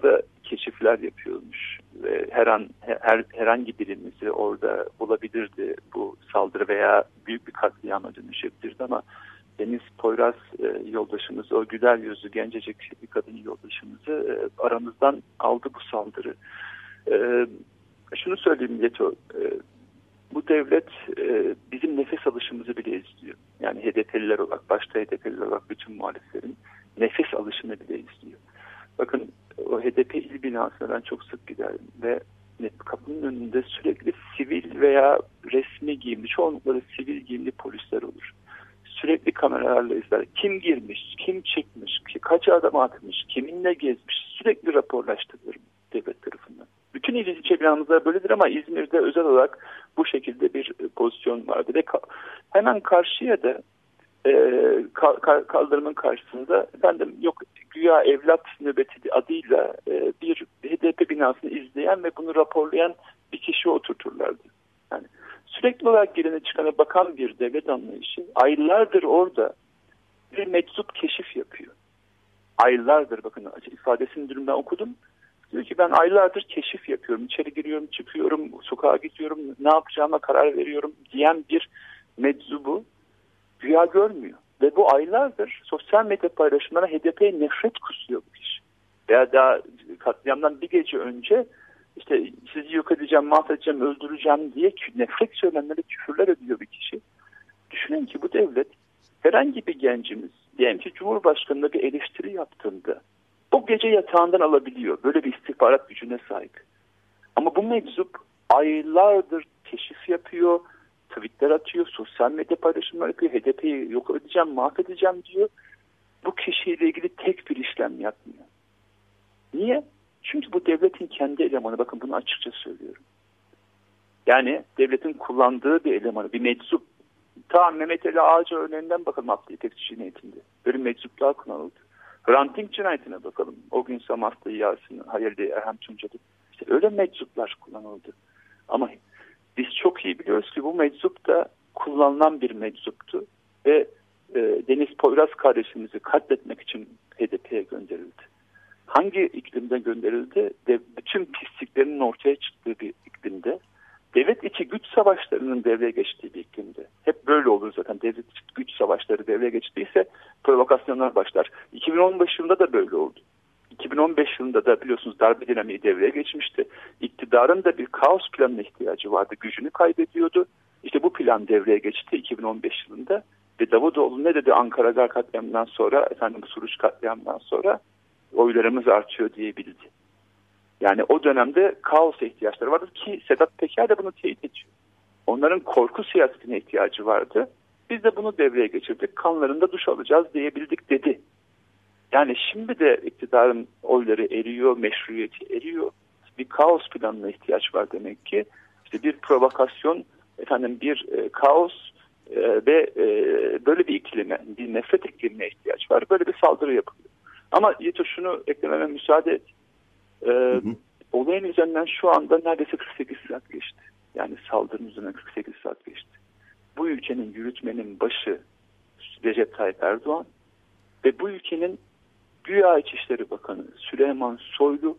keşifler yapıyormuş. Ve her an her, herhangi birimizi orada bulabilirdi bu saldırı veya büyük bir katliama dönüşebilirdi ama Deniz Poyraz e, yoldaşımız, o güler yüzlü gencecik bir kadın yoldaşımızı e, aramızdan aldı bu saldırı. E, şunu söyleyeyim Yeto, e, bu devlet e, bizim nefes alışımızı bile izliyor. Yani H D P'liler olarak, başta H D P'liler olarak bütün muhaliflerin nefes alışını bile izliyor. Bakın o H D P il binasına ben çok sık giderim ve kapının önünde sürekli sivil veya resmi giyimli, çoğunlukla sivil giyimli polisler olur. Sürekli kameralarla izler. Kim girmiş, kim çıkmış, kaç adam atmış, kiminle gezmiş, sürekli raporlaştırılır devlet tarafından. Bütün il ilçe binalarımızda böyledir ama İzmir'de özel olarak bu şekilde bir pozisyon vardı. Ve ka- hemen karşıya da e, ka- kaldırımın karşısında efendim yok güya evlat nöbeti adıyla e, bir H D P binasını izleyen ve bunu raporlayan bir kişi oturturlardı. Yani sürekli olarak girene çıkana bakan bir devlet anlayışı aylardır orada bir meczup keşif yapıyor. Aylardır, bakın ifadesini dün ben okudum. Diyor ki ben aylardır keşif yapıyorum. İçeri giriyorum, çıkıyorum, sokağa gidiyorum, ne yapacağıma karar veriyorum diyen bir meczubu güya görmüyor. Ve bu aylardır sosyal medya paylaşımlarına H D P'ye nefret kusuyor bu kişi. Veya daha katliamdan bir gece önce işte sizi yok edeceğim, mahvedeceğim, öldüreceğim diye nefret söylemleri, küfürler ediyor bir kişi. Düşünün ki bu devlet herhangi bir gencimiz, diyelim ki Cumhurbaşkanı'na bir eleştiri yaptığında o gece yatağından alabiliyor. Böyle bir istihbarat gücüne sahip. Ama bu meczup aylardır keşif yapıyor, tweetler atıyor, sosyal medya paylaşımları yapıyor, H D P'yi yok edeceğim, mahvedeceğim diyor. Bu kişiyle ilgili tek bir işlem yapmıyor. Niye? Çünkü bu devletin kendi elemanı. Bakın bunu açıkça söylüyorum. Yani devletin kullandığı bir elemanı, bir meczup. Tamam, Mehmet Ali Ağaca örneğinden bakalım Abdü İpek cinayetinde. Böyle meczuplar kullanıldı. Hrant Dink cinayetine bakalım. O gün Samas'ta Yasin, Hayal'de Erhem Tunca'da. İşte öyle meczuplar kullanıldı. Ama biz çok iyi biliyoruz ki bu meczup da kullanılan bir meczuptu. Ve e, Deniz Poyraz kardeşimizi katletmek için H D P'ye gönderildi. Hangi iklimde gönderildi? De, bütün pisliklerin ortaya çıktığı bir iklimde. Devlet içi güç savaşlarının devreye geçtiği bir iklimde. Hep böyle olur zaten. Devlet içi güç savaşları devreye geçtiyse provokasyonlar başlar. iki bin on beş yılında da böyle oldu. iki bin on beş yılında da biliyorsunuz darbe dinamiği devreye geçmişti. İktidarın da bir kaos planına ihtiyacı vardı. Gücünü kaybediyordu. İşte bu plan devreye geçti iki bin on beş yılında. Ve Davutoğlu ne dedi Ankara Gar katliamından sonra, efendim Suruç katliamından sonra? Oylarımız artıyor diyebildi. Yani o dönemde kaosa ihtiyaçları vardı ki Sedat Peker de bunu teyit ediyor. Onların korku siyasetine ihtiyacı vardı. Biz de bunu devreye geçirdik. Kanlarında duş alacağız diyebildik dedi. Yani şimdi de iktidarın oyları eriyor, meşruiyeti eriyor. Bir kaos planına ihtiyaç var demek ki. İşte bir provokasyon, efendim bir e, kaos e, ve e, böyle bir iklime, bir nefret iklimine ihtiyaç var. Böyle bir saldırı yapılıyor. Ama Yeto şunu eklememe müsaade et. Ee, hı hı. Olayın üzerinden şu anda neredeyse kırk sekiz saat geçti. Yani saldırının üzerinden kırk sekiz saat geçti. Bu ülkenin yürütmenin başı Recep Tayyip Erdoğan ve bu ülkenin güya İçişleri Bakanı Süleyman Soylu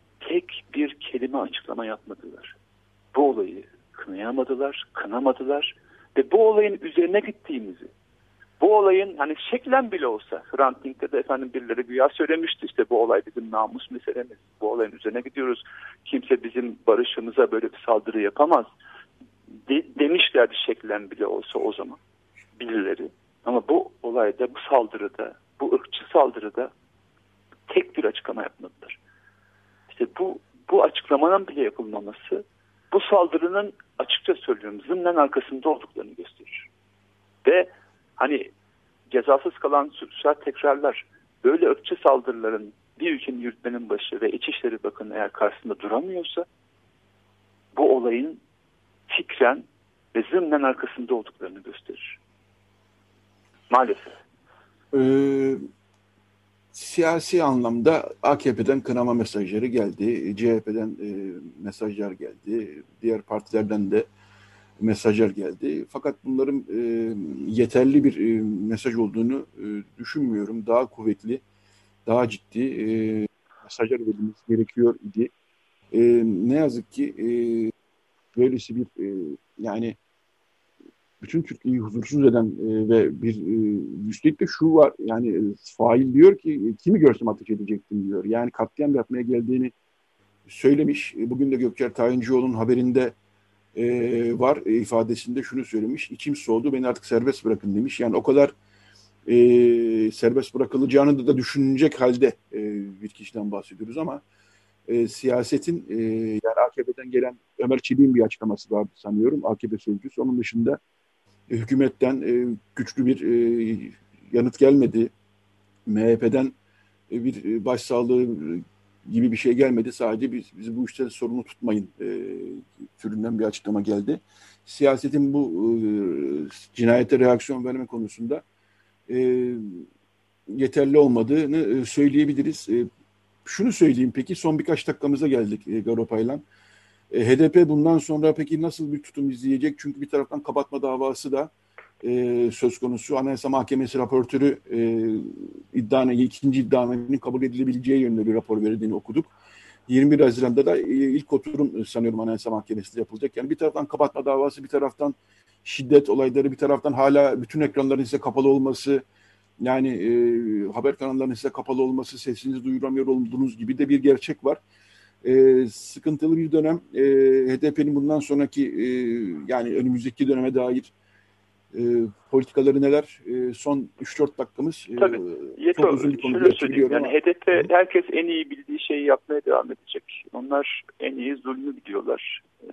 tek bir kelime açıklama yapmadılar. Bu olayı kınayamadılar, kınamadılar ve bu olayın üzerine gittiğimizi, bu olayın hani şeklen bile olsa, Hrant Dink'te de efendim birileri güya söylemişti, işte bu olay bizim namus meselemiz, bu olayın üzerine gidiyoruz, kimse bizim barışımıza böyle bir saldırı yapamaz de, demişlerdi şeklen bile olsa o zaman birileri. Ama bu olayda, bu saldırıda, bu ırkçı saldırıda tek bir açıklama yapmadılar. İşte bu, bu açıklamanın bile yapılmaması, bu saldırının açıkça söylüyorum zımnen arkasında olduklarını gösterir. Ve hani cezasız kalan suçlar tekrarlar. Böyle ırkçı saldırıların bir ülkenin yürütmenin başı ve İçişleri Bakanı eğer karşısında duramıyorsa bu olayın fikren ve zımnen arkasında olduklarını gösterir. Maalesef. Ee, siyasi anlamda A K P'den kınama mesajları geldi. C H P'den e, mesajlar geldi. Diğer partilerden de mesajlar geldi. Fakat bunların e, yeterli bir e, mesaj olduğunu e, düşünmüyorum. Daha kuvvetli, daha ciddi e, mesajlar verilmesi gerekiyor idi. E, ne yazık ki e, böylesi bir e, yani bütün Türkiye'yi huzursuz eden e, ve bir e, üstelik de şu var yani e, fail diyor ki e, kimi görsem ateş edecektim diyor. Yani katliam yapmaya geldiğini söylemiş. E, bugün de Gökçer Tayincioğlu'nun haberinde e, var e, ifadesinde şunu söylemiş. İçim soğudu, beni artık serbest bırakın demiş. Yani o kadar e, serbest bırakılacağını da, da düşünecek halde e, bir kişiden bahsediyoruz ama e, siyasetin e, yani A K P'den gelen Ömer Çelik'in bir açıklaması vardı sanıyorum. A K P sözcüsü. Onun dışında e, hükümetten e, güçlü bir e, yanıt gelmedi. M H P'den e, bir e, başsağlığı gibi bir şey gelmedi. Sadece biz, biz bu işten sorumlu tutmayın e, türünden bir açıklama geldi. Siyasetin bu e, cinayete reaksiyon verme konusunda e, yeterli olmadığını e, söyleyebiliriz. E, şunu söyleyeyim peki, son birkaç dakikamıza geldik e, Garopaylan. E, H D P bundan sonra peki nasıl bir tutum izleyecek? Çünkü bir taraftan kapatma davası da e, söz konusu. Anayasa Mahkemesi raportörü e, iddianın, ikinci iddianın kabul edilebileceği yönünde bir rapor verdiğini okuduk. yirmi bir Haziran'da da e, ilk oturum sanıyorum Anayasa Mahkemesi'nde yapılacak. Yani bir taraftan kapatma davası, bir taraftan şiddet olayları, bir taraftan hala bütün ekranların size kapalı olması, yani e, haber kanallarının size kapalı olması, sesinizi duyuramıyor olduğunuz gibi de bir gerçek var. E, sıkıntılı bir dönem. E, H D P'nin bundan sonraki e, yani önümüzdeki döneme dair e, politikaları neler? E, son üç dört dakikamız. Tabii. E, çok uzun bir konu diye hatırlıyorum yani ama. H D P herkes en iyi bildiği şeyi yapmaya devam edecek. Onlar en iyi zulmü biliyorlar. E,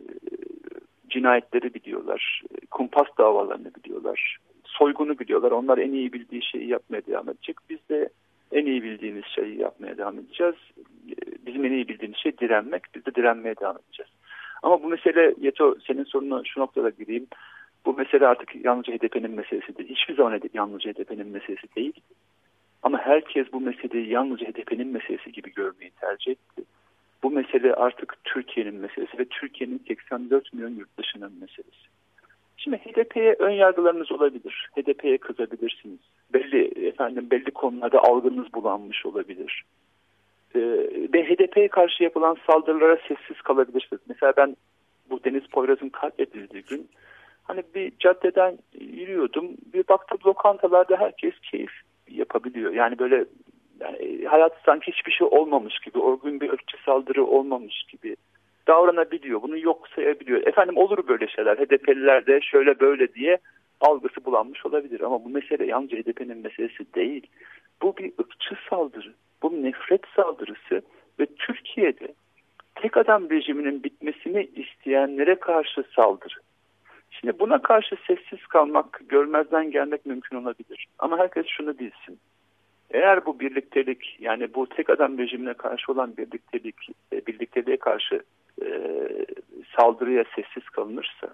cinayetleri biliyorlar. E, kumpas davalarını biliyorlar. Soygunu biliyorlar. Onlar en iyi bildiği şeyi yapmaya devam edecek. Biz de en iyi bildiğimiz şeyi yapmaya devam edeceğiz. Bizim en iyi bildiğimiz şey direnmek. Biz de direnmeye devam edeceğiz. Ama bu mesele, Yeto, senin sorununa şu noktada gireyim. Bu mesele artık yalnızca H D P'nin meselesi değil. Hiçbir zaman yalnızca H D P'nin meselesi değil. Ama herkes bu meseleyi yalnızca H D P'nin meselesi gibi görmeyi tercih etti. Bu mesele artık Türkiye'nin meselesi ve Türkiye'nin seksen dört milyon yurttaşının meselesi. Şimdi H D P'ye ön yargılarınız olabilir. H D P'ye kızabilirsiniz. Belli efendim belli konularda algınız bulanmış olabilir. Ee, ve H D P'ye karşı yapılan saldırılara sessiz kalabilirsiniz. Mesela ben bu Deniz Poyraz'ın katledildiği gün hani bir caddeden yürüyordum. Bir baktım lokantalarda herkes keyif yapabiliyor. Yani böyle yani hayat sanki hiçbir şey olmamış gibi, o gün bir ırkçı saldırı olmamış gibi davranabiliyor. Bunu yok sayabiliyor. Efendim olur böyle şeyler. H D P'liler de şöyle böyle diye algısı bulanmış olabilir. Ama bu mesele yalnızca H D P'nin meselesi değil. Bu bir ırkçı saldırı. Bu bir nefret saldırısı ve Türkiye'de tek adam rejiminin bitmesini isteyenlere karşı saldırı. Şimdi buna karşı sessiz kalmak, görmezden gelmek mümkün olabilir. Ama herkes şunu bilsin. Eğer bu birliktelik, yani bu tek adam rejimine karşı olan birliktelik, birlikteliğe karşı e, saldırıya sessiz kalınırsa,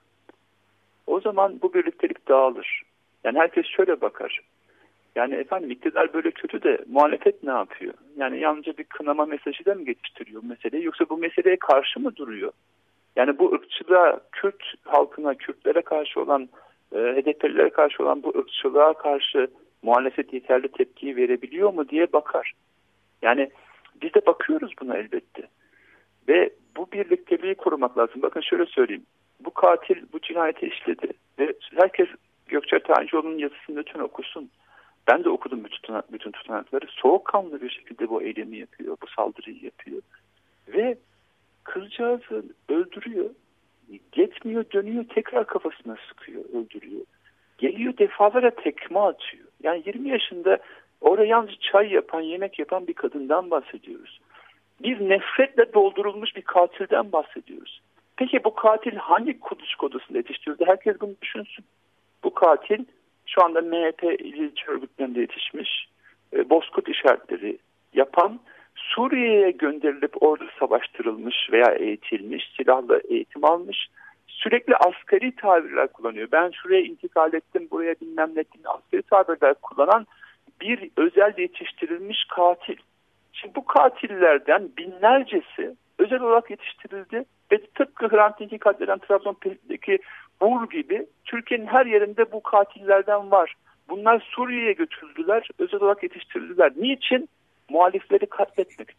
o zaman bu birliktelik dağılır. Yani herkes şöyle bakar. Yani efendim iktidar böyle kötü de muhalefet ne yapıyor? Yani yalnızca bir kınama mesajı da mı geçiştiriyor bu meseleyi? Yoksa bu meseleye karşı mı duruyor? Yani bu ırkçılığa, Kürt halkına, Kürtlere karşı olan, e, H D P'lilere karşı olan bu ırkçılığa karşı muhalefet yeterli tepkiyi verebiliyor mu diye bakar. Yani biz de bakıyoruz buna elbette. Ve bu birlikteliği korumak lazım. Bakın şöyle söyleyeyim. Bu katil bu cinayeti işledi. Ve herkes Gökçer Tayincioğlu'nun yazısını lütfen okusun. Ben de okudum bütün, bütün tutanakları. Soğukkanlı bir şekilde bu eylemi yapıyor. Bu saldırıyı yapıyor. Ve kızcağızı öldürüyor. Yetmiyor, dönüyor, tekrar kafasına sıkıyor, öldürüyor. Geliyor defalarca tekme atıyor. Yani yirmi yaşında orada yalnız çay yapan, yemek yapan bir kadından bahsediyoruz. Bir nefretle doldurulmuş bir katilden bahsediyoruz. Peki bu katil hangi kuluçka odasında yetiştirildi? Herkes bunu düşünsün. Bu katil şu anda M H P ilçe örgütlerinde yetişmiş, e, bozkurt işaretleri yapan, Suriye'ye gönderilip orada savaştırılmış veya eğitilmiş, silahla eğitim almış, sürekli askeri tabirler kullanıyor. Ben şuraya intikal ettim, buraya bilmem ne ettim, askeri tabirler kullanan bir özel yetiştirilmiş katil. Şimdi bu katillerden binlercesi özel olarak yetiştirildi ve tıpkı Hrant Dink'i katleden Trabzon'daki Bur gibi Türkiye'nin her yerinde bu katillerden var. Bunlar Suriye'ye götürüldüler, özel olarak yetiştirildiler. Niçin? Muhalifleri katletmek için.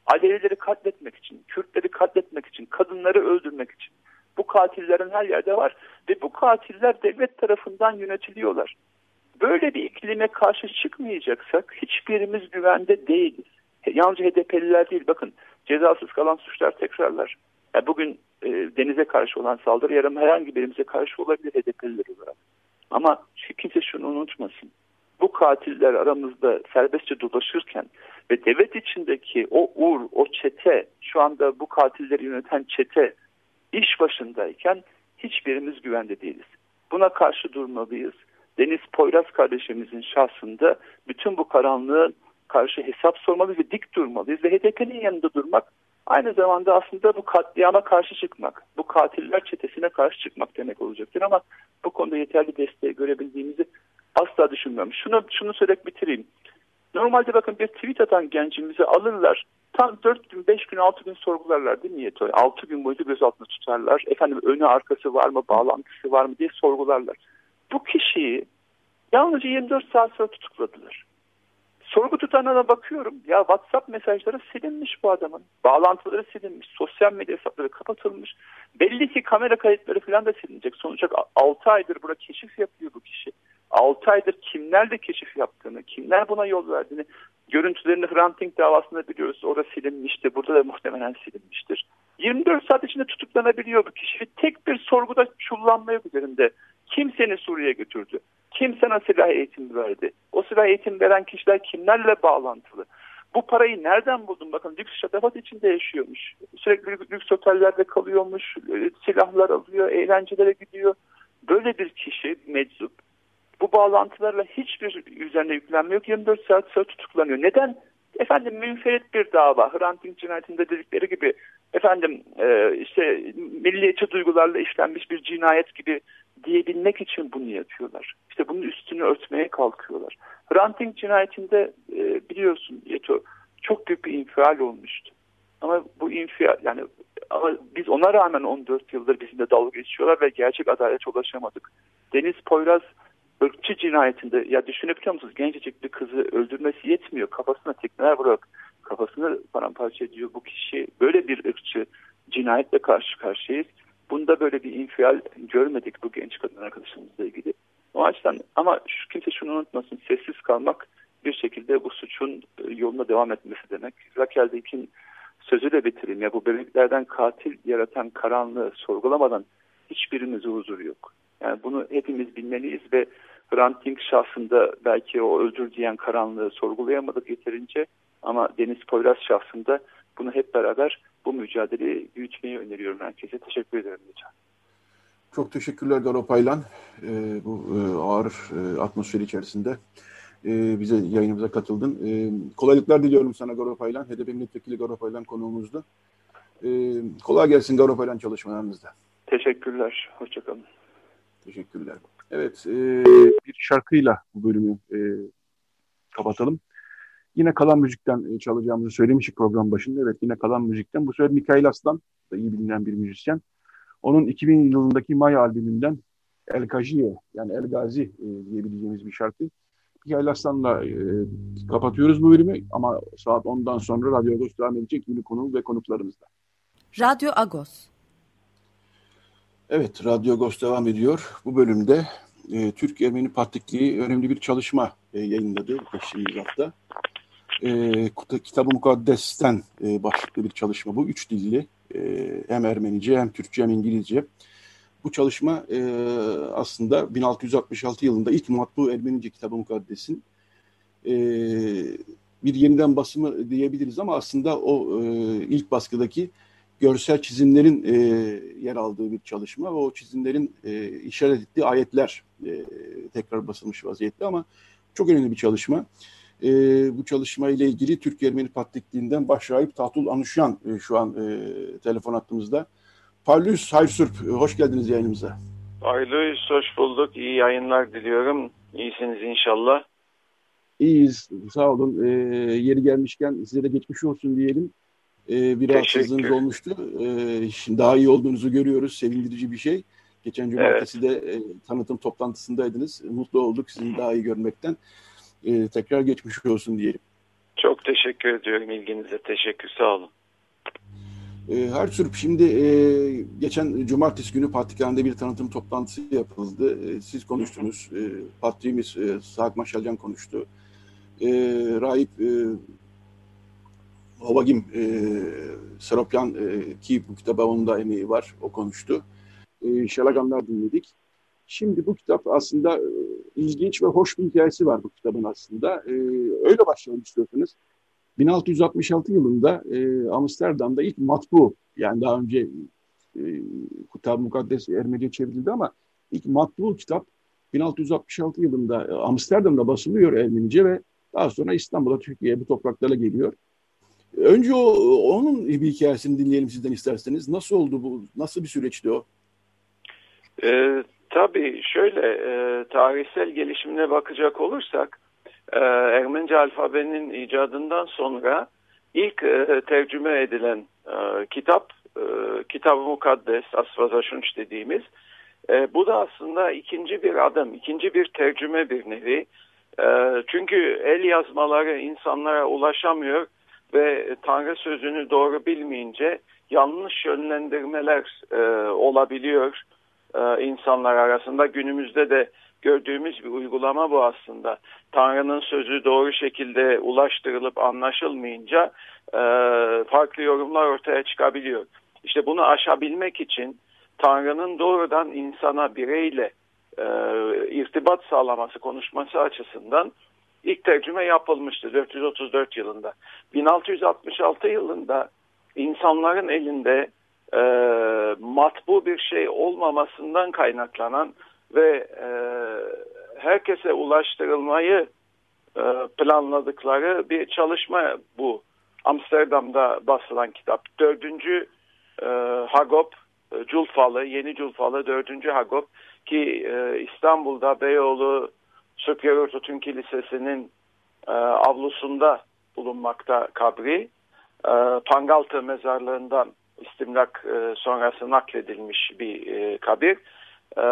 Alevileri katletmek için, Kürtleri katletmek için, kadınları öldürmek için. Bu katillerin her yerde var ve bu katiller devlet tarafından yönetiliyorlar. Böyle bir iklime karşı çıkmayacaksak hiçbirimiz güvende değiliz. Yalnızca H D P'liler değil, bakın cezasız kalan suçlar tekrarlar. Yani bugün e, denize karşı olan saldırı yarın herhangi birimize karşı olabilir H D P'liler olarak. Ama kimse şunu unutmasın. Bu katiller aramızda serbestçe dolaşırken ve devlet içindeki o ur, o çete, şu anda bu katilleri yöneten çete iş başındayken hiçbirimiz güvende değiliz. Buna karşı durmalıyız. Deniz Poyraz kardeşimizin şahsında bütün bu karanlığın karşı hesap sormalıyız ve dik durmalıyız. Ve H D P'nin yanında durmak aynı zamanda aslında bu katliama karşı çıkmak, bu katiller çetesine karşı çıkmak demek olacaktır. Ama bu konuda yeterli desteği görebildiğimizi asla düşünmüyorum. Şunu, şunu söyleyip bitireyim. Normalde bakın bir tweet atan gencimizi alırlar. Tam dört gün, beş gün, altı gün sorgularlar değil mi Yeto? altı gün boyunca gözaltına tutarlar. Efendim önü arkası var mı, bağlantısı var mı diye sorgularlar. Bu kişiyi yalnızca yirmi dört saat sonra tutukladılar. Sorgu tutanına bakıyorum. Ya WhatsApp mesajları silinmiş bu adamın. Bağlantıları silinmiş. Sosyal medya hesapları kapatılmış. Belli ki kamera kayıtları falan da silinecek. Sonuçta altı aydır burada keşif yapıyor bu kişi. altı aydır kimlerle keşif yaptığını, kimler buna yol verdiğini, görüntülerini Hrant Dink davasında biliyoruz. Orada silinmişti. Burada da muhtemelen silinmiştir. yirmi dört saat içinde tutuklanabiliyor bu kişi. Tek bir sorguda çullanma yok üzerinde. Kim seni Suriye'ye götürdü? Kim sana silah eğitimi verdi? O silah eğitim veren kişiler kimlerle bağlantılı? Bu parayı nereden buldun? Bakın lüks şatafat içinde yaşıyormuş. Sürekli lüks otellerde kalıyormuş. Silahlar alıyor, eğlencelere gidiyor. Böyle bir kişi meczup. Bu bağlantılarla hiçbir üzerine yüklenme yok. yirmi dört saat sonra tutuklanıyor. Neden? Efendim münferit bir dava. Hrant Dink cinayetinde dedikleri gibi efendim e, işte milliyetçi duygularla işlenmiş bir cinayet gibi diyebilmek için bunu yapıyorlar. İşte bunun üstünü örtmeye kalkıyorlar. Hrant Dink cinayetinde e, biliyorsun Yeto çok büyük bir infial olmuştu. Ama bu infial yani ama biz ona rağmen on dört yıldır bizimle dalga geçiyorlar ve gerçek adalete ulaşamadık. Deniz Poyraz ırkçı cinayetinde ya düşünebiliyor musunuz? Gencecik bir kızı öldürmesi yetmiyor. Kafasına tekmeler bırak. Kafasını paramparça ediyor bu kişi. Böyle bir ırkçı cinayetle karşı karşıyayız. Bunda böyle bir infial görmedik bu genç kadın arkadaşımızla ilgili. O açıdan ama şu, kimse şunu unutmasın. Sessiz kalmak bir şekilde bu suçun yoluna devam etmesi demek. Raquel Dink'in sözüyle bitireyim. Ya bu bebeklerden katil yaratan karanlığı sorgulamadan hiçbirimizin huzuru yok. Yani bunu hepimiz bilmeliyiz ve Hrant Dink şahsında belki o öldür diyen karanlığı sorgulayamadık yeterince ama Deniz Poyraz şahsında bunu hep beraber bu mücadeleyi büyütmeyi öneriyorum herkese. Teşekkür ederim lütfen. Çok teşekkürler Garo Paylan. Ee, bu e, ağır e, atmosfer içerisinde e, bize yayınımıza katıldın. E, kolaylıklar diliyorum sana Garo Paylan. H D P Milletvekili Garo Paylan konuğumuzdu. E, kolay gelsin Garo Paylan çalışmalarınızda. Teşekkürler. Hoşçakalın. Teşekkürler. Evet, e, bir şarkıyla bu bölümü e, kapatalım. Yine kalan müzikten e, çalacağımızı söylemiştik program başında. Evet, yine kalan müzikten. Bu sefer Mikail Aslan, da iyi bilinen bir müzisyen. Onun iki bin yılındaki Maya albümünden El Kajiye, yani El Gazi e, diyebileceğimiz bir şarkı. Mikail Aslan'la e, kapatıyoruz bu bölümü ama saat ondan sonra Radyo Agos devam edecek yeni konu ve konuklarımızla. Radyo Agos. Evet, Radyo Agos devam ediyor. Bu bölümde e, Türk Ermeni Patrikliği önemli bir çalışma e, yayınladı geçtiğimiz hafta. E, Kitab-ı Mukaddes'ten e, başlıklı bir çalışma bu. Üç dilli, e, hem Ermenice hem Türkçe hem İngilizce. Bu çalışma e, aslında bin altı yüz altmış altı yılında ilk matbu Ermenice Kitab-ı Mukaddes'in e, bir yeniden basımı diyebiliriz ama aslında o e, ilk baskıdaki görsel çizimlerin e, yer aldığı bir çalışma ve o çizimlerin e, işaret ettiği ayetler e, tekrar basılmış vaziyette ama çok önemli bir çalışma. E, bu çalışma ile ilgili Türk Ermeni Patrikliğinden Başrahip Tahtul Anuşyan e, şu an e, telefon hattımızda. Parlus Haysurp, hoş geldiniz yayınımıza. Parlus, hoş bulduk. İyi yayınlar diliyorum. İyisiniz inşallah. İyiyiz, sağ olun. E, yeri gelmişken size de geçmiş olsun diyelim. Ee, bir rahatsızlığınız olmuştu. Ee, şimdi daha iyi olduğunuzu görüyoruz. Sevindirici bir şey. Geçen cumartesi de e, tanıtım toplantısındaydınız. Mutlu olduk sizin daha iyi görmekten. Ee, tekrar geçmiş olsun diyelim. Çok teşekkür ediyorum ilginize. Teşekkür, sağ olun. Ertuğrul, şimdi e, geçen cumartesi günü Patrikhane'de bir tanıtım toplantısı yapıldı. E, siz konuştunuz. E, Patriğimiz e, Saak Maşalcan konuştu. E, Rahip e, Hovagim e, Seropyan e, ki bu kitaba onun da emeği var. O konuştu. E, Şalagamlar dinledik. Şimdi bu kitap aslında e, ilginç ve hoş bir hikayesi var bu kitabın aslında. E, öyle başlayalım istiyorsanız. bin altı yüz altmış altı yılında e, Amsterdam'da ilk matbu, yani daha önce e, Kutab-ı Mukaddes Ermenice çevrildi ama ilk matbu kitap bin altı yüz altmış altı yılında e, Amsterdam'da basılıyor Ermenice ve daha sonra İstanbul'a, Türkiye'ye, bu topraklara geliyor. Önce o, onun bir hikayesini dinleyelim sizden isterseniz. Nasıl oldu bu? Nasıl bir süreçti o? Ee, tabii şöyle e, tarihsel gelişimine bakacak olursak e, Ermenice alfabenin icadından sonra ilk e, tercüme edilen e, kitap e, Kitab-ı Mukaddes, Asvazaşunç dediğimiz. E, bu da aslında ikinci bir adım, ikinci bir tercüme bir nevi. E, çünkü el yazmaları insanlara ulaşamıyor ve Tanrı sözünü doğru bilmeyince yanlış yönlendirmeler e, olabiliyor e, insanlar arasında. Günümüzde de gördüğümüz bir uygulama bu aslında. Tanrı'nın sözü doğru şekilde ulaştırılıp anlaşılmayınca e, farklı yorumlar ortaya çıkabiliyor. İşte bunu aşabilmek için Tanrı'nın doğrudan insana, bireyle e, irtibat sağlaması, konuşması açısından ilk tercüme yapılmıştı dört yüz otuz dört yılında. bin altı yüz altmış altı yılında insanların elinde e, matbu bir şey olmamasından kaynaklanan ve e, herkese ulaştırılmayı e, planladıkları bir çalışma bu. Amsterdam'da basılan kitap. Dördüncü e, Hagop, e, Culfalı, Yeni Culfalı dördüncü Hagop ki e, İstanbul'da Beyoğlu Superior Tutun Kilisesi'nin e, avlusunda bulunmakta kabri. E, Pangaltı mezarlığından istimlak e, sonrası nakledilmiş bir e, kabir. E,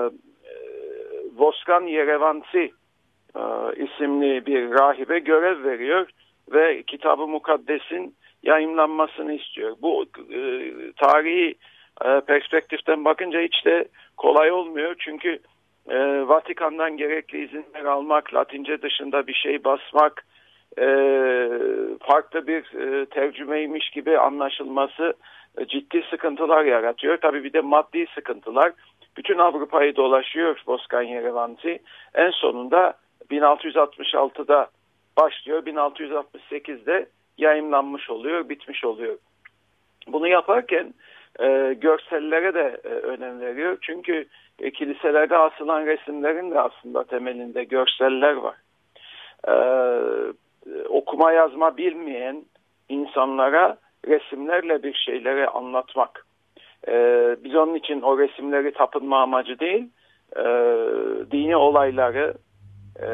Voskan Yerevansi e, isimli bir rahibe görev veriyor ve Kitab-ı Mukaddes'in yayımlanmasını istiyor. Bu e, tarihi e, perspektiften bakınca hiç de kolay olmuyor. Çünkü e, Vatikan'dan gerekli izinler almak, Latince dışında bir şey basmak, e, farklı bir e, tercümeymiş gibi anlaşılması e, ciddi sıkıntılar yaratıyor. Tabii bir de maddi sıkıntılar. Bütün Avrupa'yı dolaşıyor Voskan Yerevansi. En sonunda bin altı yüz altmış altıda başlıyor. bin altı yüz altmış sekizde yayımlanmış oluyor, bitmiş oluyor. Bunu yaparken e, görsellere de e, önem veriyor. Çünkü e, kiliselerde asılan resimlerin de aslında temelinde görseller var. E, okuma yazma bilmeyen insanlara resimlerle bir şeyleri anlatmak. E, biz onun için o resimleri tapınma amacı değil, e, dini olayları, e,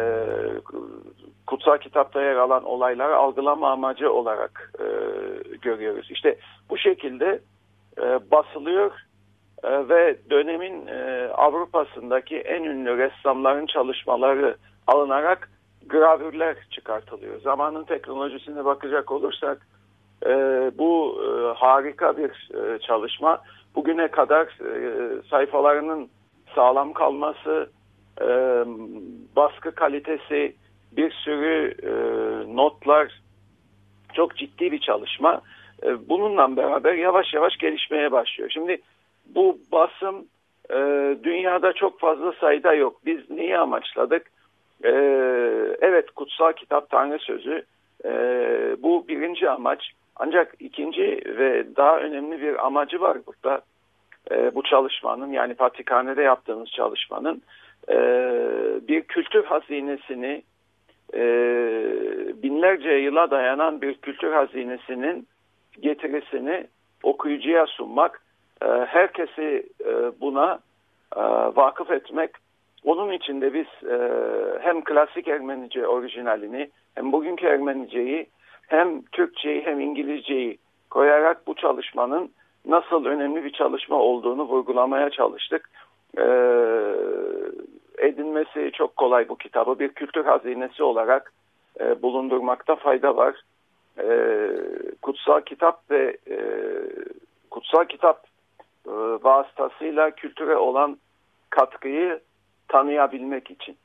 kutsal kitapta yer alan olayları algılama amacı olarak e, görüyoruz. İşte bu şekilde e, basılıyor e, ve dönemin e, Avrupa'sındaki en ünlü ressamların çalışmaları alınarak gravürler çıkartılıyor. Zamanın teknolojisine bakacak olursak e, bu e, harika bir e, çalışma. Bugüne kadar e, sayfalarının sağlam kalması, e, baskı kalitesi, bir sürü e, notlar, çok ciddi bir çalışma. E, bununla beraber yavaş yavaş gelişmeye başlıyor. Şimdi bu basım e, dünyada çok fazla sayıda yok. Biz neyi amaçladık? E, evet, kutsal kitap Tanrı sözü. E, bu birinci amaç. Ancak ikinci ve daha önemli bir amacı var burada. E, bu çalışmanın, yani Patrikhane'de yaptığımız çalışmanın e, bir kültür hazinesini, e, binlerce yıla dayanan bir kültür hazinesinin getirisini okuyucuya sunmak, e, herkesi e, buna e, vakıf etmek. Onun için de biz e, hem klasik Ermenice orijinalini, hem bugünkü Ermeniceyi, hem Türkçeyi hem İngilizceyi koyarak bu çalışmanın nasıl önemli bir çalışma olduğunu vurgulamaya çalıştık. Ee, edinmesi çok kolay bu kitabı. Bir kültür hazinesi olarak e, bulundurmakta fayda var. E, kutsal kitap ve e, kutsal kitap e, vasıtasıyla kültüre olan katkıyı tanıyabilmek için.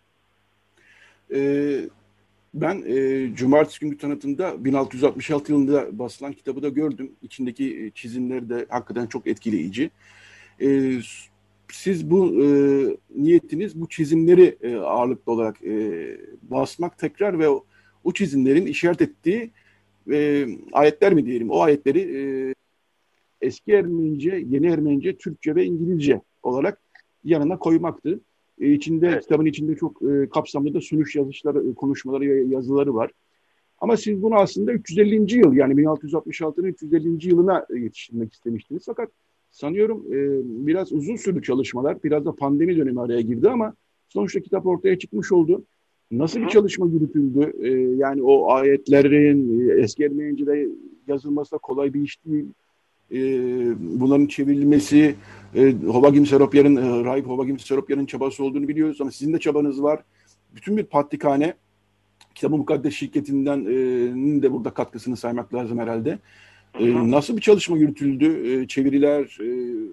Ee, ben e, Cumartesi günkü tanıtımda bin altı yüz altmış altı yılında basılan kitabı da gördüm. İçindeki çizimleri de hakikaten çok etkileyici. Ee, siz bu e, niyetiniz bu çizimleri e, ağırlıklı olarak e, basmak tekrar ve o, o çizimlerin işaret ettiği e, ayetler mi diyelim, o ayetleri e, eski Ermenice, yeni Ermenice, Türkçe ve İngilizce olarak yanına koymaktı. E, içinde, evet. Kitabın içinde çok e, kapsamlı da sunuş yazışları, konuşmaları, yazıları var. Ama siz bunu aslında üç yüz ellinci yıl, yani bin altı yüz altmış altının üç yüz ellinci yılına yetiştirmek istemiştiniz. Fakat sanıyorum e, biraz uzun sürdü çalışmalar. Biraz da pandemi dönemi araya girdi ama sonuçta kitap ortaya çıkmış oldu. Nasıl bir çalışma yürütüldü? E, yani o ayetlerin e, eski Ermenice'de yazılması da kolay bir iş değil. E, bunların çevrilmesi, e, Hovagim Seropyar'ın, e, Rahip Hovagim Seropyar'ın çabası olduğunu biliyoruz ama sizin de çabanız var. Bütün bir patrikhane, Kitab-ı Mukaddes şirketinden e, de burada katkısını saymak lazım herhalde. E, nasıl bir çalışma yürütüldü? E, çeviriler, e,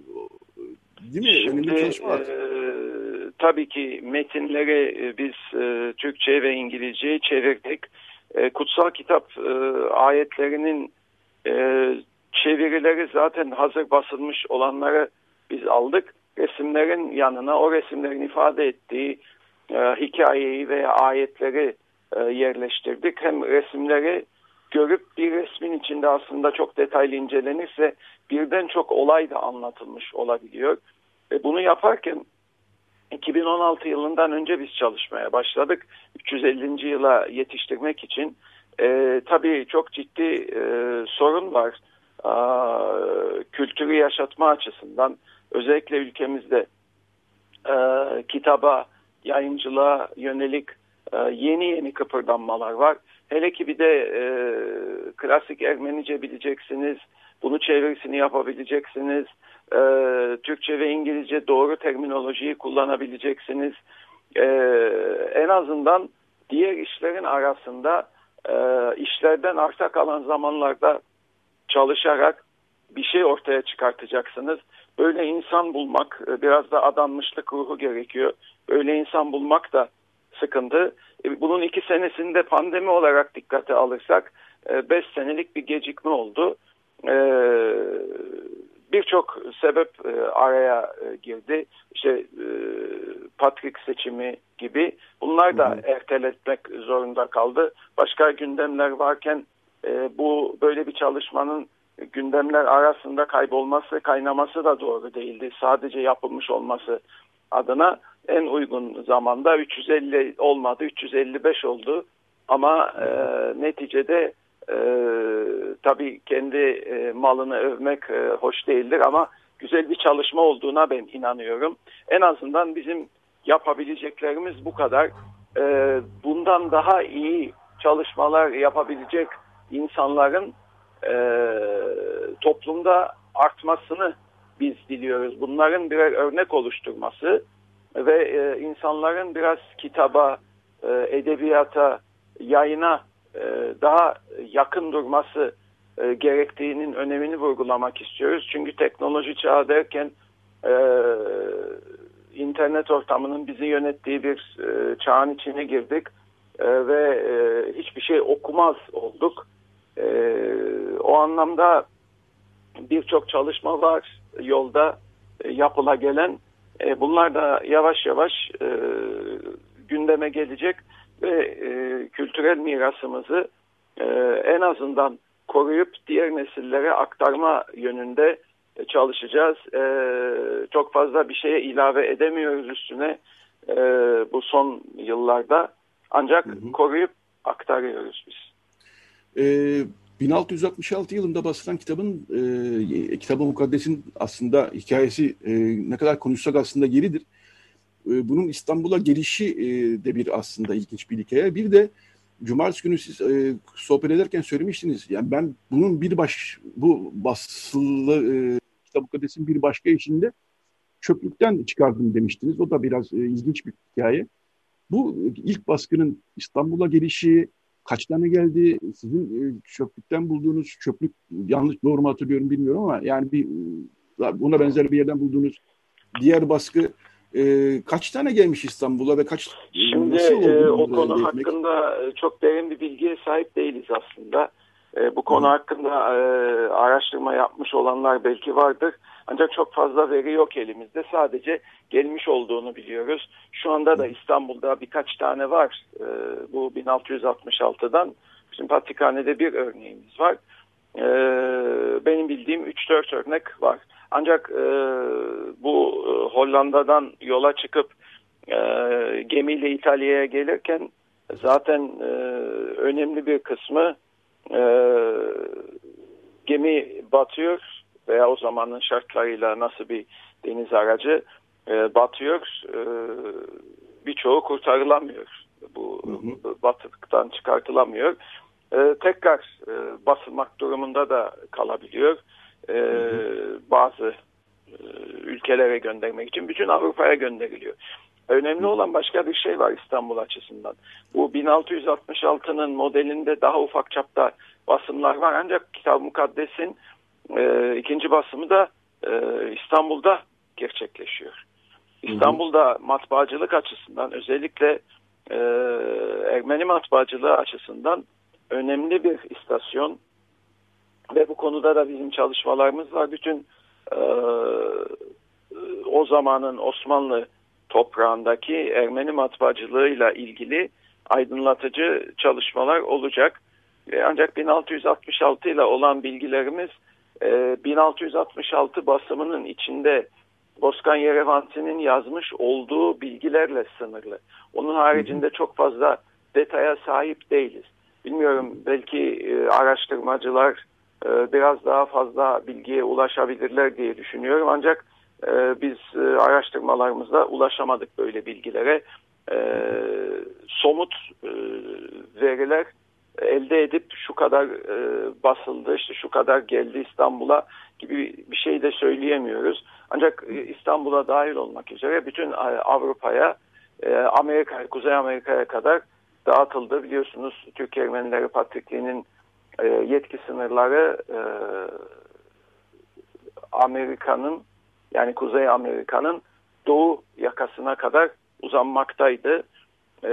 değil mi? Şimdi, önemli bir çalışma var. E, tabii ki metinleri biz e, Türkçe ve İngilizce'ye çevirdik. E, kutsal kitap e, ayetlerinin e, çevirileri zaten hazır basılmış olanları biz aldık. Resimlerin yanına o resimlerin ifade ettiği e, hikayeyi veya ayetleri e, yerleştirdik. Hem resimleri görüp bir resmin içinde aslında çok detaylı incelenirse birden çok olay da anlatılmış olabiliyor. E, bunu yaparken iki bin on altı yılından önce biz çalışmaya başladık. üç yüz ellinci yıla yetiştirmek için. E, tabii çok ciddi e, sorun var. E, kültürü yaşatma açısından özellikle ülkemizde e, kitaba, yayıncılığa yönelik e, yeni yeni kıpırdanmalar var. Hele ki bir de e, klasik Ermenice bileceksiniz, bunu çevirisini yapabileceksiniz, e, Türkçe ve İngilizce doğru terminolojiyi kullanabileceksiniz. E, en azından diğer işlerin arasında e, işlerden arta kalan zamanlarda çalışarak bir şey ortaya çıkartacaksınız. Böyle insan bulmak, biraz da adanmışlık ruhu gerekiyor. Böyle insan bulmak da sıkıntı. Bunun iki senesinde pandemi olarak dikkate alırsak beş senelik bir gecikme oldu. Birçok sebep araya girdi. İşte Patrik seçimi gibi. Bunlar da erteletmek zorunda kaldı. Başka gündemler varken bu böyle bir çalışmanın gündemler arasında kaybolması, kaynaması da doğru değildi. Sadece yapılmış olması adına en uygun zamanda üç yüz elli olmadı, üç yüz elli beş oldu. Ama e, neticede e, tabii kendi e, malını övmek e, hoş değildir ama güzel bir çalışma olduğuna ben inanıyorum. En azından bizim yapabileceklerimiz bu kadar. E, bundan daha iyi çalışmalar yapabilecek insanların e, toplumda artmasını biz diliyoruz. Bunların birer örnek oluşturması ve e, insanların biraz kitaba, e, edebiyata, yayına e, daha yakın durması e, gerektiğinin önemini vurgulamak istiyoruz. Çünkü teknoloji çağı derken e, internet ortamının bizi yönettiği bir e, çağın içine girdik e, ve e, hiçbir şey okumaz olduk. E, o anlamda birçok çalışma var yolda e, yapıla gelen. E, bunlar da yavaş yavaş e, gündeme gelecek ve e, kültürel mirasımızı e, en azından koruyup diğer nesillere aktarma yönünde e, çalışacağız. E, çok fazla bir şeye ilave edemiyoruz üstüne e, bu son yıllarda. Ancak hı hı. koruyup aktarıyoruz biz. Ee, bin altı yüz altmış altı yılında basılan kitabın, e, Kitab-ı Mukaddes'in aslında hikayesi e, ne kadar konuşsak aslında yeridir. E, bunun İstanbul'a gelişi e, de bir aslında ilginç bir hikaye. Bir de Cumartesi günü siz e, sohbet ederken söylemiştiniz. Yani ben bunun bir baş, bu basılı e, Kitab-ı Mukaddes'in bir başka işinde çöplükten çıkardım demiştiniz. O da biraz e, ilginç bir hikaye. Bu ilk baskının İstanbul'a gelişi, kaç tane geldi? Sizin e, çöplükten bulduğunuz çöplük, yanlış doğru mu hatırlıyorum bilmiyorum ama yani bir e, buna benzer bir yerden bulduğunuz diğer baskı e, kaç tane gelmiş İstanbul'a ve kaç Şimdi nasıl oldu e, o bunları konu elde etmek? hakkında çok derin bir bilgiye sahip değiliz aslında. E, bu konu Hı. hakkında e, araştırma yapmış olanlar belki vardır. Ancak çok fazla veri yok elimizde. Sadece gelmiş olduğunu biliyoruz. Şu anda da İstanbul'da birkaç tane var. E, bu bin altı yüz altmış altıdan bizim Patrikhane'de bir örneğimiz var. E, benim bildiğim üç dört örnek var. Ancak e, bu e, Hollanda'dan yola çıkıp e, gemiyle İtalya'ya gelirken zaten e, önemli bir kısmı e, gemi batıyor veya o zamanın şartlarıyla nasıl bir deniz aracı e, batıyor, e, birçoğu kurtarılamıyor. Bu hı hı. batıktan çıkartılamıyor. E, tekrar e, basılmak durumunda da kalabiliyor. E, hı hı. Bazı e, ülkelere göndermek için bütün Avrupa'ya gönderiliyor. Önemli olan başka bir şey var İstanbul açısından. Bu bin altı yüz altmış altının modelinde daha ufak çapta basımlar var. Ancak Kitab-ı Mukaddes'in e, ikinci basımı da e, İstanbul'da gerçekleşiyor. İstanbul'da matbaacılık açısından, özellikle e, Ermeni matbaacılığı açısından önemli bir istasyon ve bu konuda da bizim çalışmalarımız var. Bütün e, o zamanın Osmanlı toprağındaki Ermeni matbaacılığıyla ilgili aydınlatıcı çalışmalar olacak. Ancak bin altı yüz altmış altı ile olan bilgilerimiz bin altı yüz altmış altı basımının içinde Bozkır Yerevanti'nin yazmış olduğu bilgilerle sınırlı. Onun haricinde çok fazla detaya sahip değiliz. Bilmiyorum, belki araştırmacılar biraz daha fazla bilgiye ulaşabilirler diye düşünüyorum. Ancak biz araştırmalarımızda ulaşamadık böyle bilgilere. Somut veriler elde edip şu kadar e, basıldı, işte şu kadar geldi İstanbul'a gibi bir şey de söyleyemiyoruz. Ancak e, İstanbul'a dahil olmak üzere bütün Avrupa'ya, e, Amerika'ya, Kuzey Amerika'ya kadar dağıtıldı. Biliyorsunuz Türk Ermenileri Patrikliği'nin e, yetki sınırları e, Amerika'nın, yani Kuzey Amerika'nın doğu yakasına kadar uzanmaktaydı. E,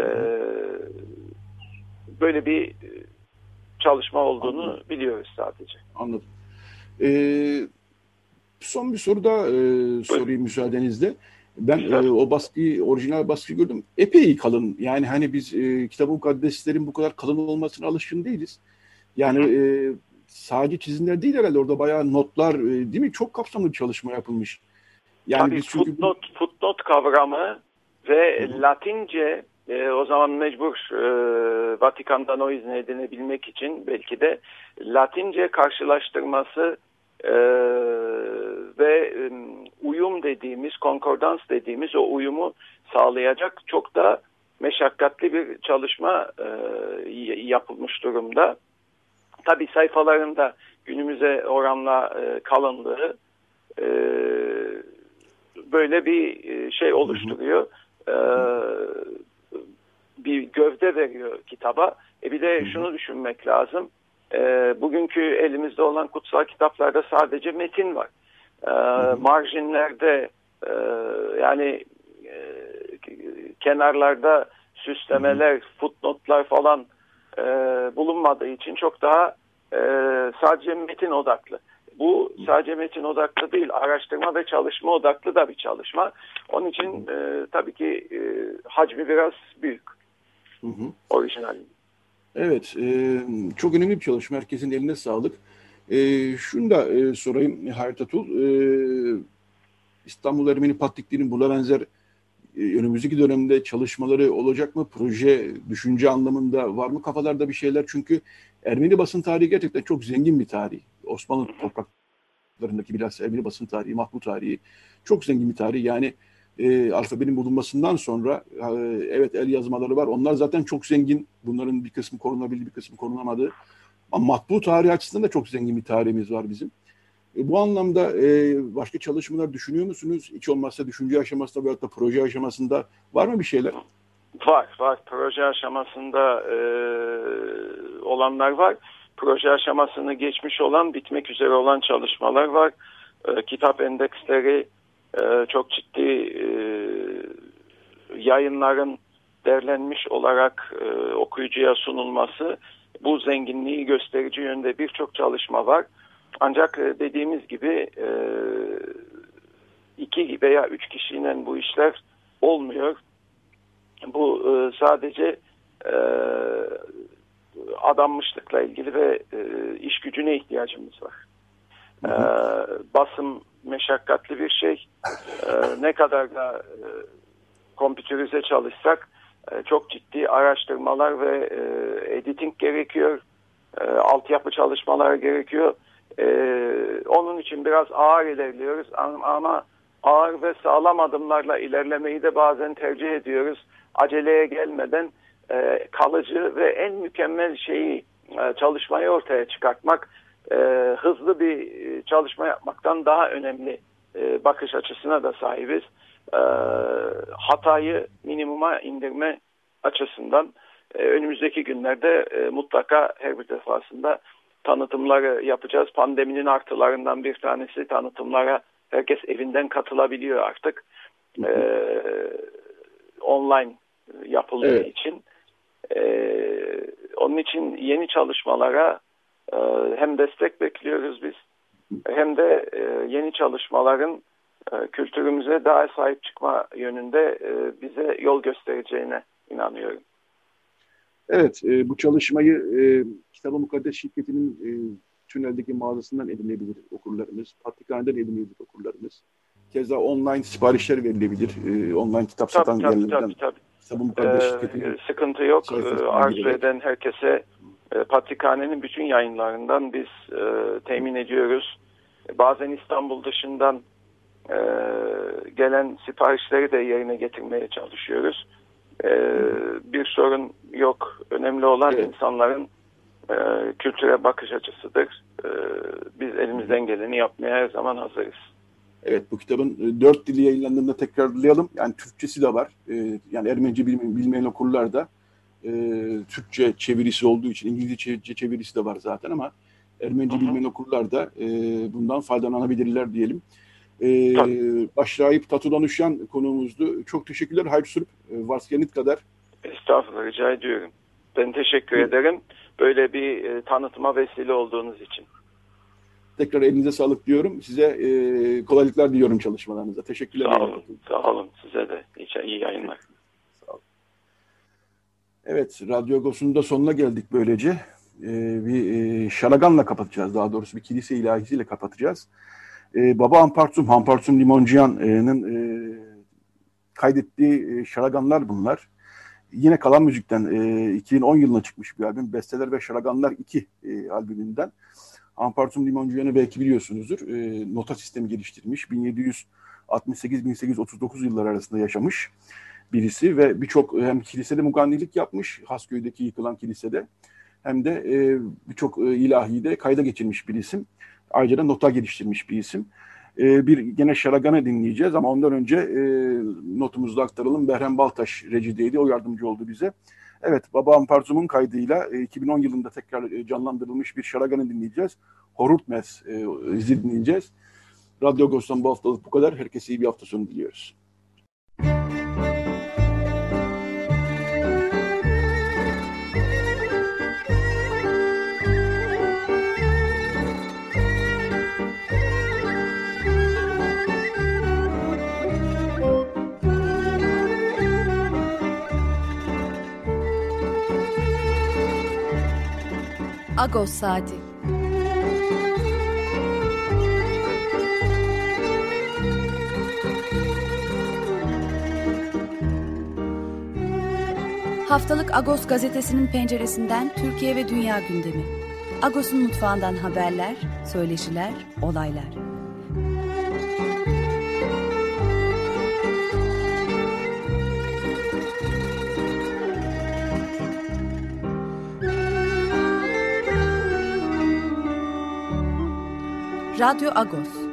Böyle bir çalışma olduğunu Anladım. biliyoruz sadece. Anladım. Ee, son bir soru daha e, sorayım müsaadenizle. Ben e, o baskıyı, orijinal baskıyı gördüm. Epey kalın. Yani hani biz e, Kitab-ı Mukaddeslerin bu kadar kalın olmasına alışkın değiliz. Yani e, sadece çizimler değil herhalde. Orada bayağı notlar, e, değil mi? Çok kapsamlı bir çalışma yapılmış. Yani Tabii biz çünkü... footnote, footnote kavramı ve Hı-hı. Latince e, o zaman mecbur e, Vatikan'dan o izni edinebilmek için belki de Latince karşılaştırması e, ve e, uyum dediğimiz, konkordans dediğimiz o uyumu sağlayacak çok da meşakkatli bir çalışma e, yapılmış durumda. Tabii sayfalarında günümüze oranla e, kalınlığı e, böyle bir şey oluşturuyor. E, bir gövde veriyor kitaba. E bir de şunu düşünmek lazım. E, bugünkü elimizde olan kutsal kitaplarda sadece metin var. E, marjinlerde e, yani e, kenarlarda süslemeler, footnotlar falan e, bulunmadığı için çok daha e, sadece metin odaklı. Bu sadece metin odaklı değil, araştırma ve çalışma odaklı da bir çalışma. Onun için e, tabii ki e, hacmi biraz büyük. Hı hı. Orijinal. Evet, e, çok önemli bir çalışma. Herkesin eline sağlık. E, şunu da e, sorayım Hayat Atul. E, İstanbul Ermeni Patrikliği'nin buna benzer e, önümüzdeki dönemde çalışmaları olacak mı? Proje, düşünce anlamında var mı kafalarda bir şeyler? Çünkü Ermeni basın tarihi gerçekten çok zengin bir tarih. Osmanlı topraklarındaki bilhassa Ermeni basın tarihi, Mahmut tarihi çok zengin bir tarih. Yani e, alfabenin bulunmasından sonra e, evet el yazmaları var. Onlar zaten çok zengin. Bunların bir kısmı korunabildi, bir kısmı korunamadı. Ama matbu tarihi açısından da çok zengin bir tarihimiz var bizim. E, bu anlamda e, başka çalışmalar düşünüyor musunuz? Hiç olmazsa düşünce aşamasında veyahut da proje aşamasında var mı bir şeyler? Var, var. Proje aşamasında e, olanlar var. Proje aşamasını geçmiş olan, bitmek üzere olan çalışmalar var. E, kitap endeksleri, e, çok ciddi e, yayınların derlenmiş olarak e, okuyucuya sunulması, bu zenginliği gösterici yönde birçok çalışma var. Ancak e, dediğimiz gibi e, iki veya üç kişiyle bu işler olmuyor. Bu e, sadece e, adanmışlıkla ilgili ve e, iş gücüne ihtiyacımız var. E, basım meşakkatli bir şey. E, ne kadar da e, kompüterize çalışsak e, çok ciddi araştırmalar ve e, editing gerekiyor. E, altyapı çalışmaları gerekiyor. E, onun için biraz ağır ilerliyoruz ama ağır ve sağlam adımlarla ilerlemeyi de bazen tercih ediyoruz. Aceleye gelmeden e, kalıcı ve en mükemmel şeyi e, çalışmayı ortaya çıkartmak, e, hızlı bir çalışma yapmaktan daha önemli e, bakış açısına da sahibiz. E, hatayı minimuma indirme açısından e, önümüzdeki günlerde e, mutlaka her bir defasında tanıtımları yapacağız. Pandeminin artılarından bir tanesi, tanıtımlara herkes evinden katılabiliyor artık. E, online yapıldığı evet. için. Ee, onun için yeni çalışmalara e, hem destek bekliyoruz biz hem de e, yeni çalışmaların e, kültürümüze daha sahip çıkma yönünde e, bize yol göstereceğine inanıyorum. Evet, e, bu çalışmayı e, Kitab-ı Mukaddes şirketinin e, tüneldeki mağazasından edinebilir okurlarımız, Patrikhane'den edinebilir okurlarımız. Keza online siparişler verilebilir. E, online kitap tabii, satan tabii, yerlerden. Tabii, tabii. Ee, sıkıntı yok. Ee, arzu eden herkese e, Patrikhane'nin bütün yayınlarından biz e, temin ediyoruz. Bazen İstanbul dışından e, gelen siparişleri de yerine getirmeye çalışıyoruz. E, bir sorun yok. Önemli olan evet. insanların e, kültüre bakış açısıdır. E, biz elimizden geleni yapmaya her zaman hazırız. Evet, bu kitabın dört dili yayınlandığında tekrarlayalım. Yani Türkçesi de var. Ee, yani Ermenice bilmeyen, bilmeyen okurlar da e, Türkçe çevirisi olduğu için İngilizce çevirisi de var zaten ama Ermenice bilmeyen okurlar da e, bundan faydalanabilirler diyelim. E, Başrahip Tatu Danışan konuğumuzdu. Çok teşekkürler. Hayır Sürüp, varskenit kadar. Estağfurullah, rica ediyorum. Ben teşekkür evet. ederim. Böyle bir e, tanıtıma vesile olduğunuz için. Tekrar elinize sağlık diyorum. Size e, kolaylıklar diliyorum çalışmalarınıza. Teşekkürler. Sağ olun. Sağ olun. Size de iyi, iyi yayınlar. Sağ olun. Evet, Radyo Agos'un da sonuna geldik böylece. E, bir e, şaraganla kapatacağız. Daha doğrusu bir kilise ilahisiyle kapatacağız. E, Baba Ampartsum, Ampartsum Limonjian'ın e, kaydettiği e, şaraganlar bunlar. Yine Kalan Müzik'ten e, iki bin on yılına çıkmış bir albüm. Besteler ve Şaraganlar iki e, albümünden. Ampartsum Limonjian'ı belki biliyorsunuzdur. E, nota sistemi geliştirmiş. bin yedi yüz altmış sekiz bin sekiz yüz otuz dokuz yılları arasında yaşamış birisi ve birçok hem kilisede mugannilik yapmış, Hasköy'deki yıkılan kilisede, hem de e, birçok e, ilahiyi de kayda geçirmiş bir isim. Ayrıca da nota geliştirmiş bir isim. E, bir gene şaraganı dinleyeceğiz ama ondan önce e, notumuzu da aktaralım. Behrem Baltaş recideydi, o yardımcı oldu bize. Evet, Baba Ampartsum'un kaydıyla e, iki bin on yılında tekrar e, canlandırılmış bir şaraganı dinleyeceğiz. Horutmes e, dinleyeceğiz. Radyo Agos'tan bu haftalık bu kadar. Herkese iyi bir hafta sonu diliyoruz. Agos Saati. Haftalık Agos gazetesinin penceresinden Türkiye ve dünya gündemi. Agos'un mutfağından haberler, söyleşiler, olaylar. Radyo Agos.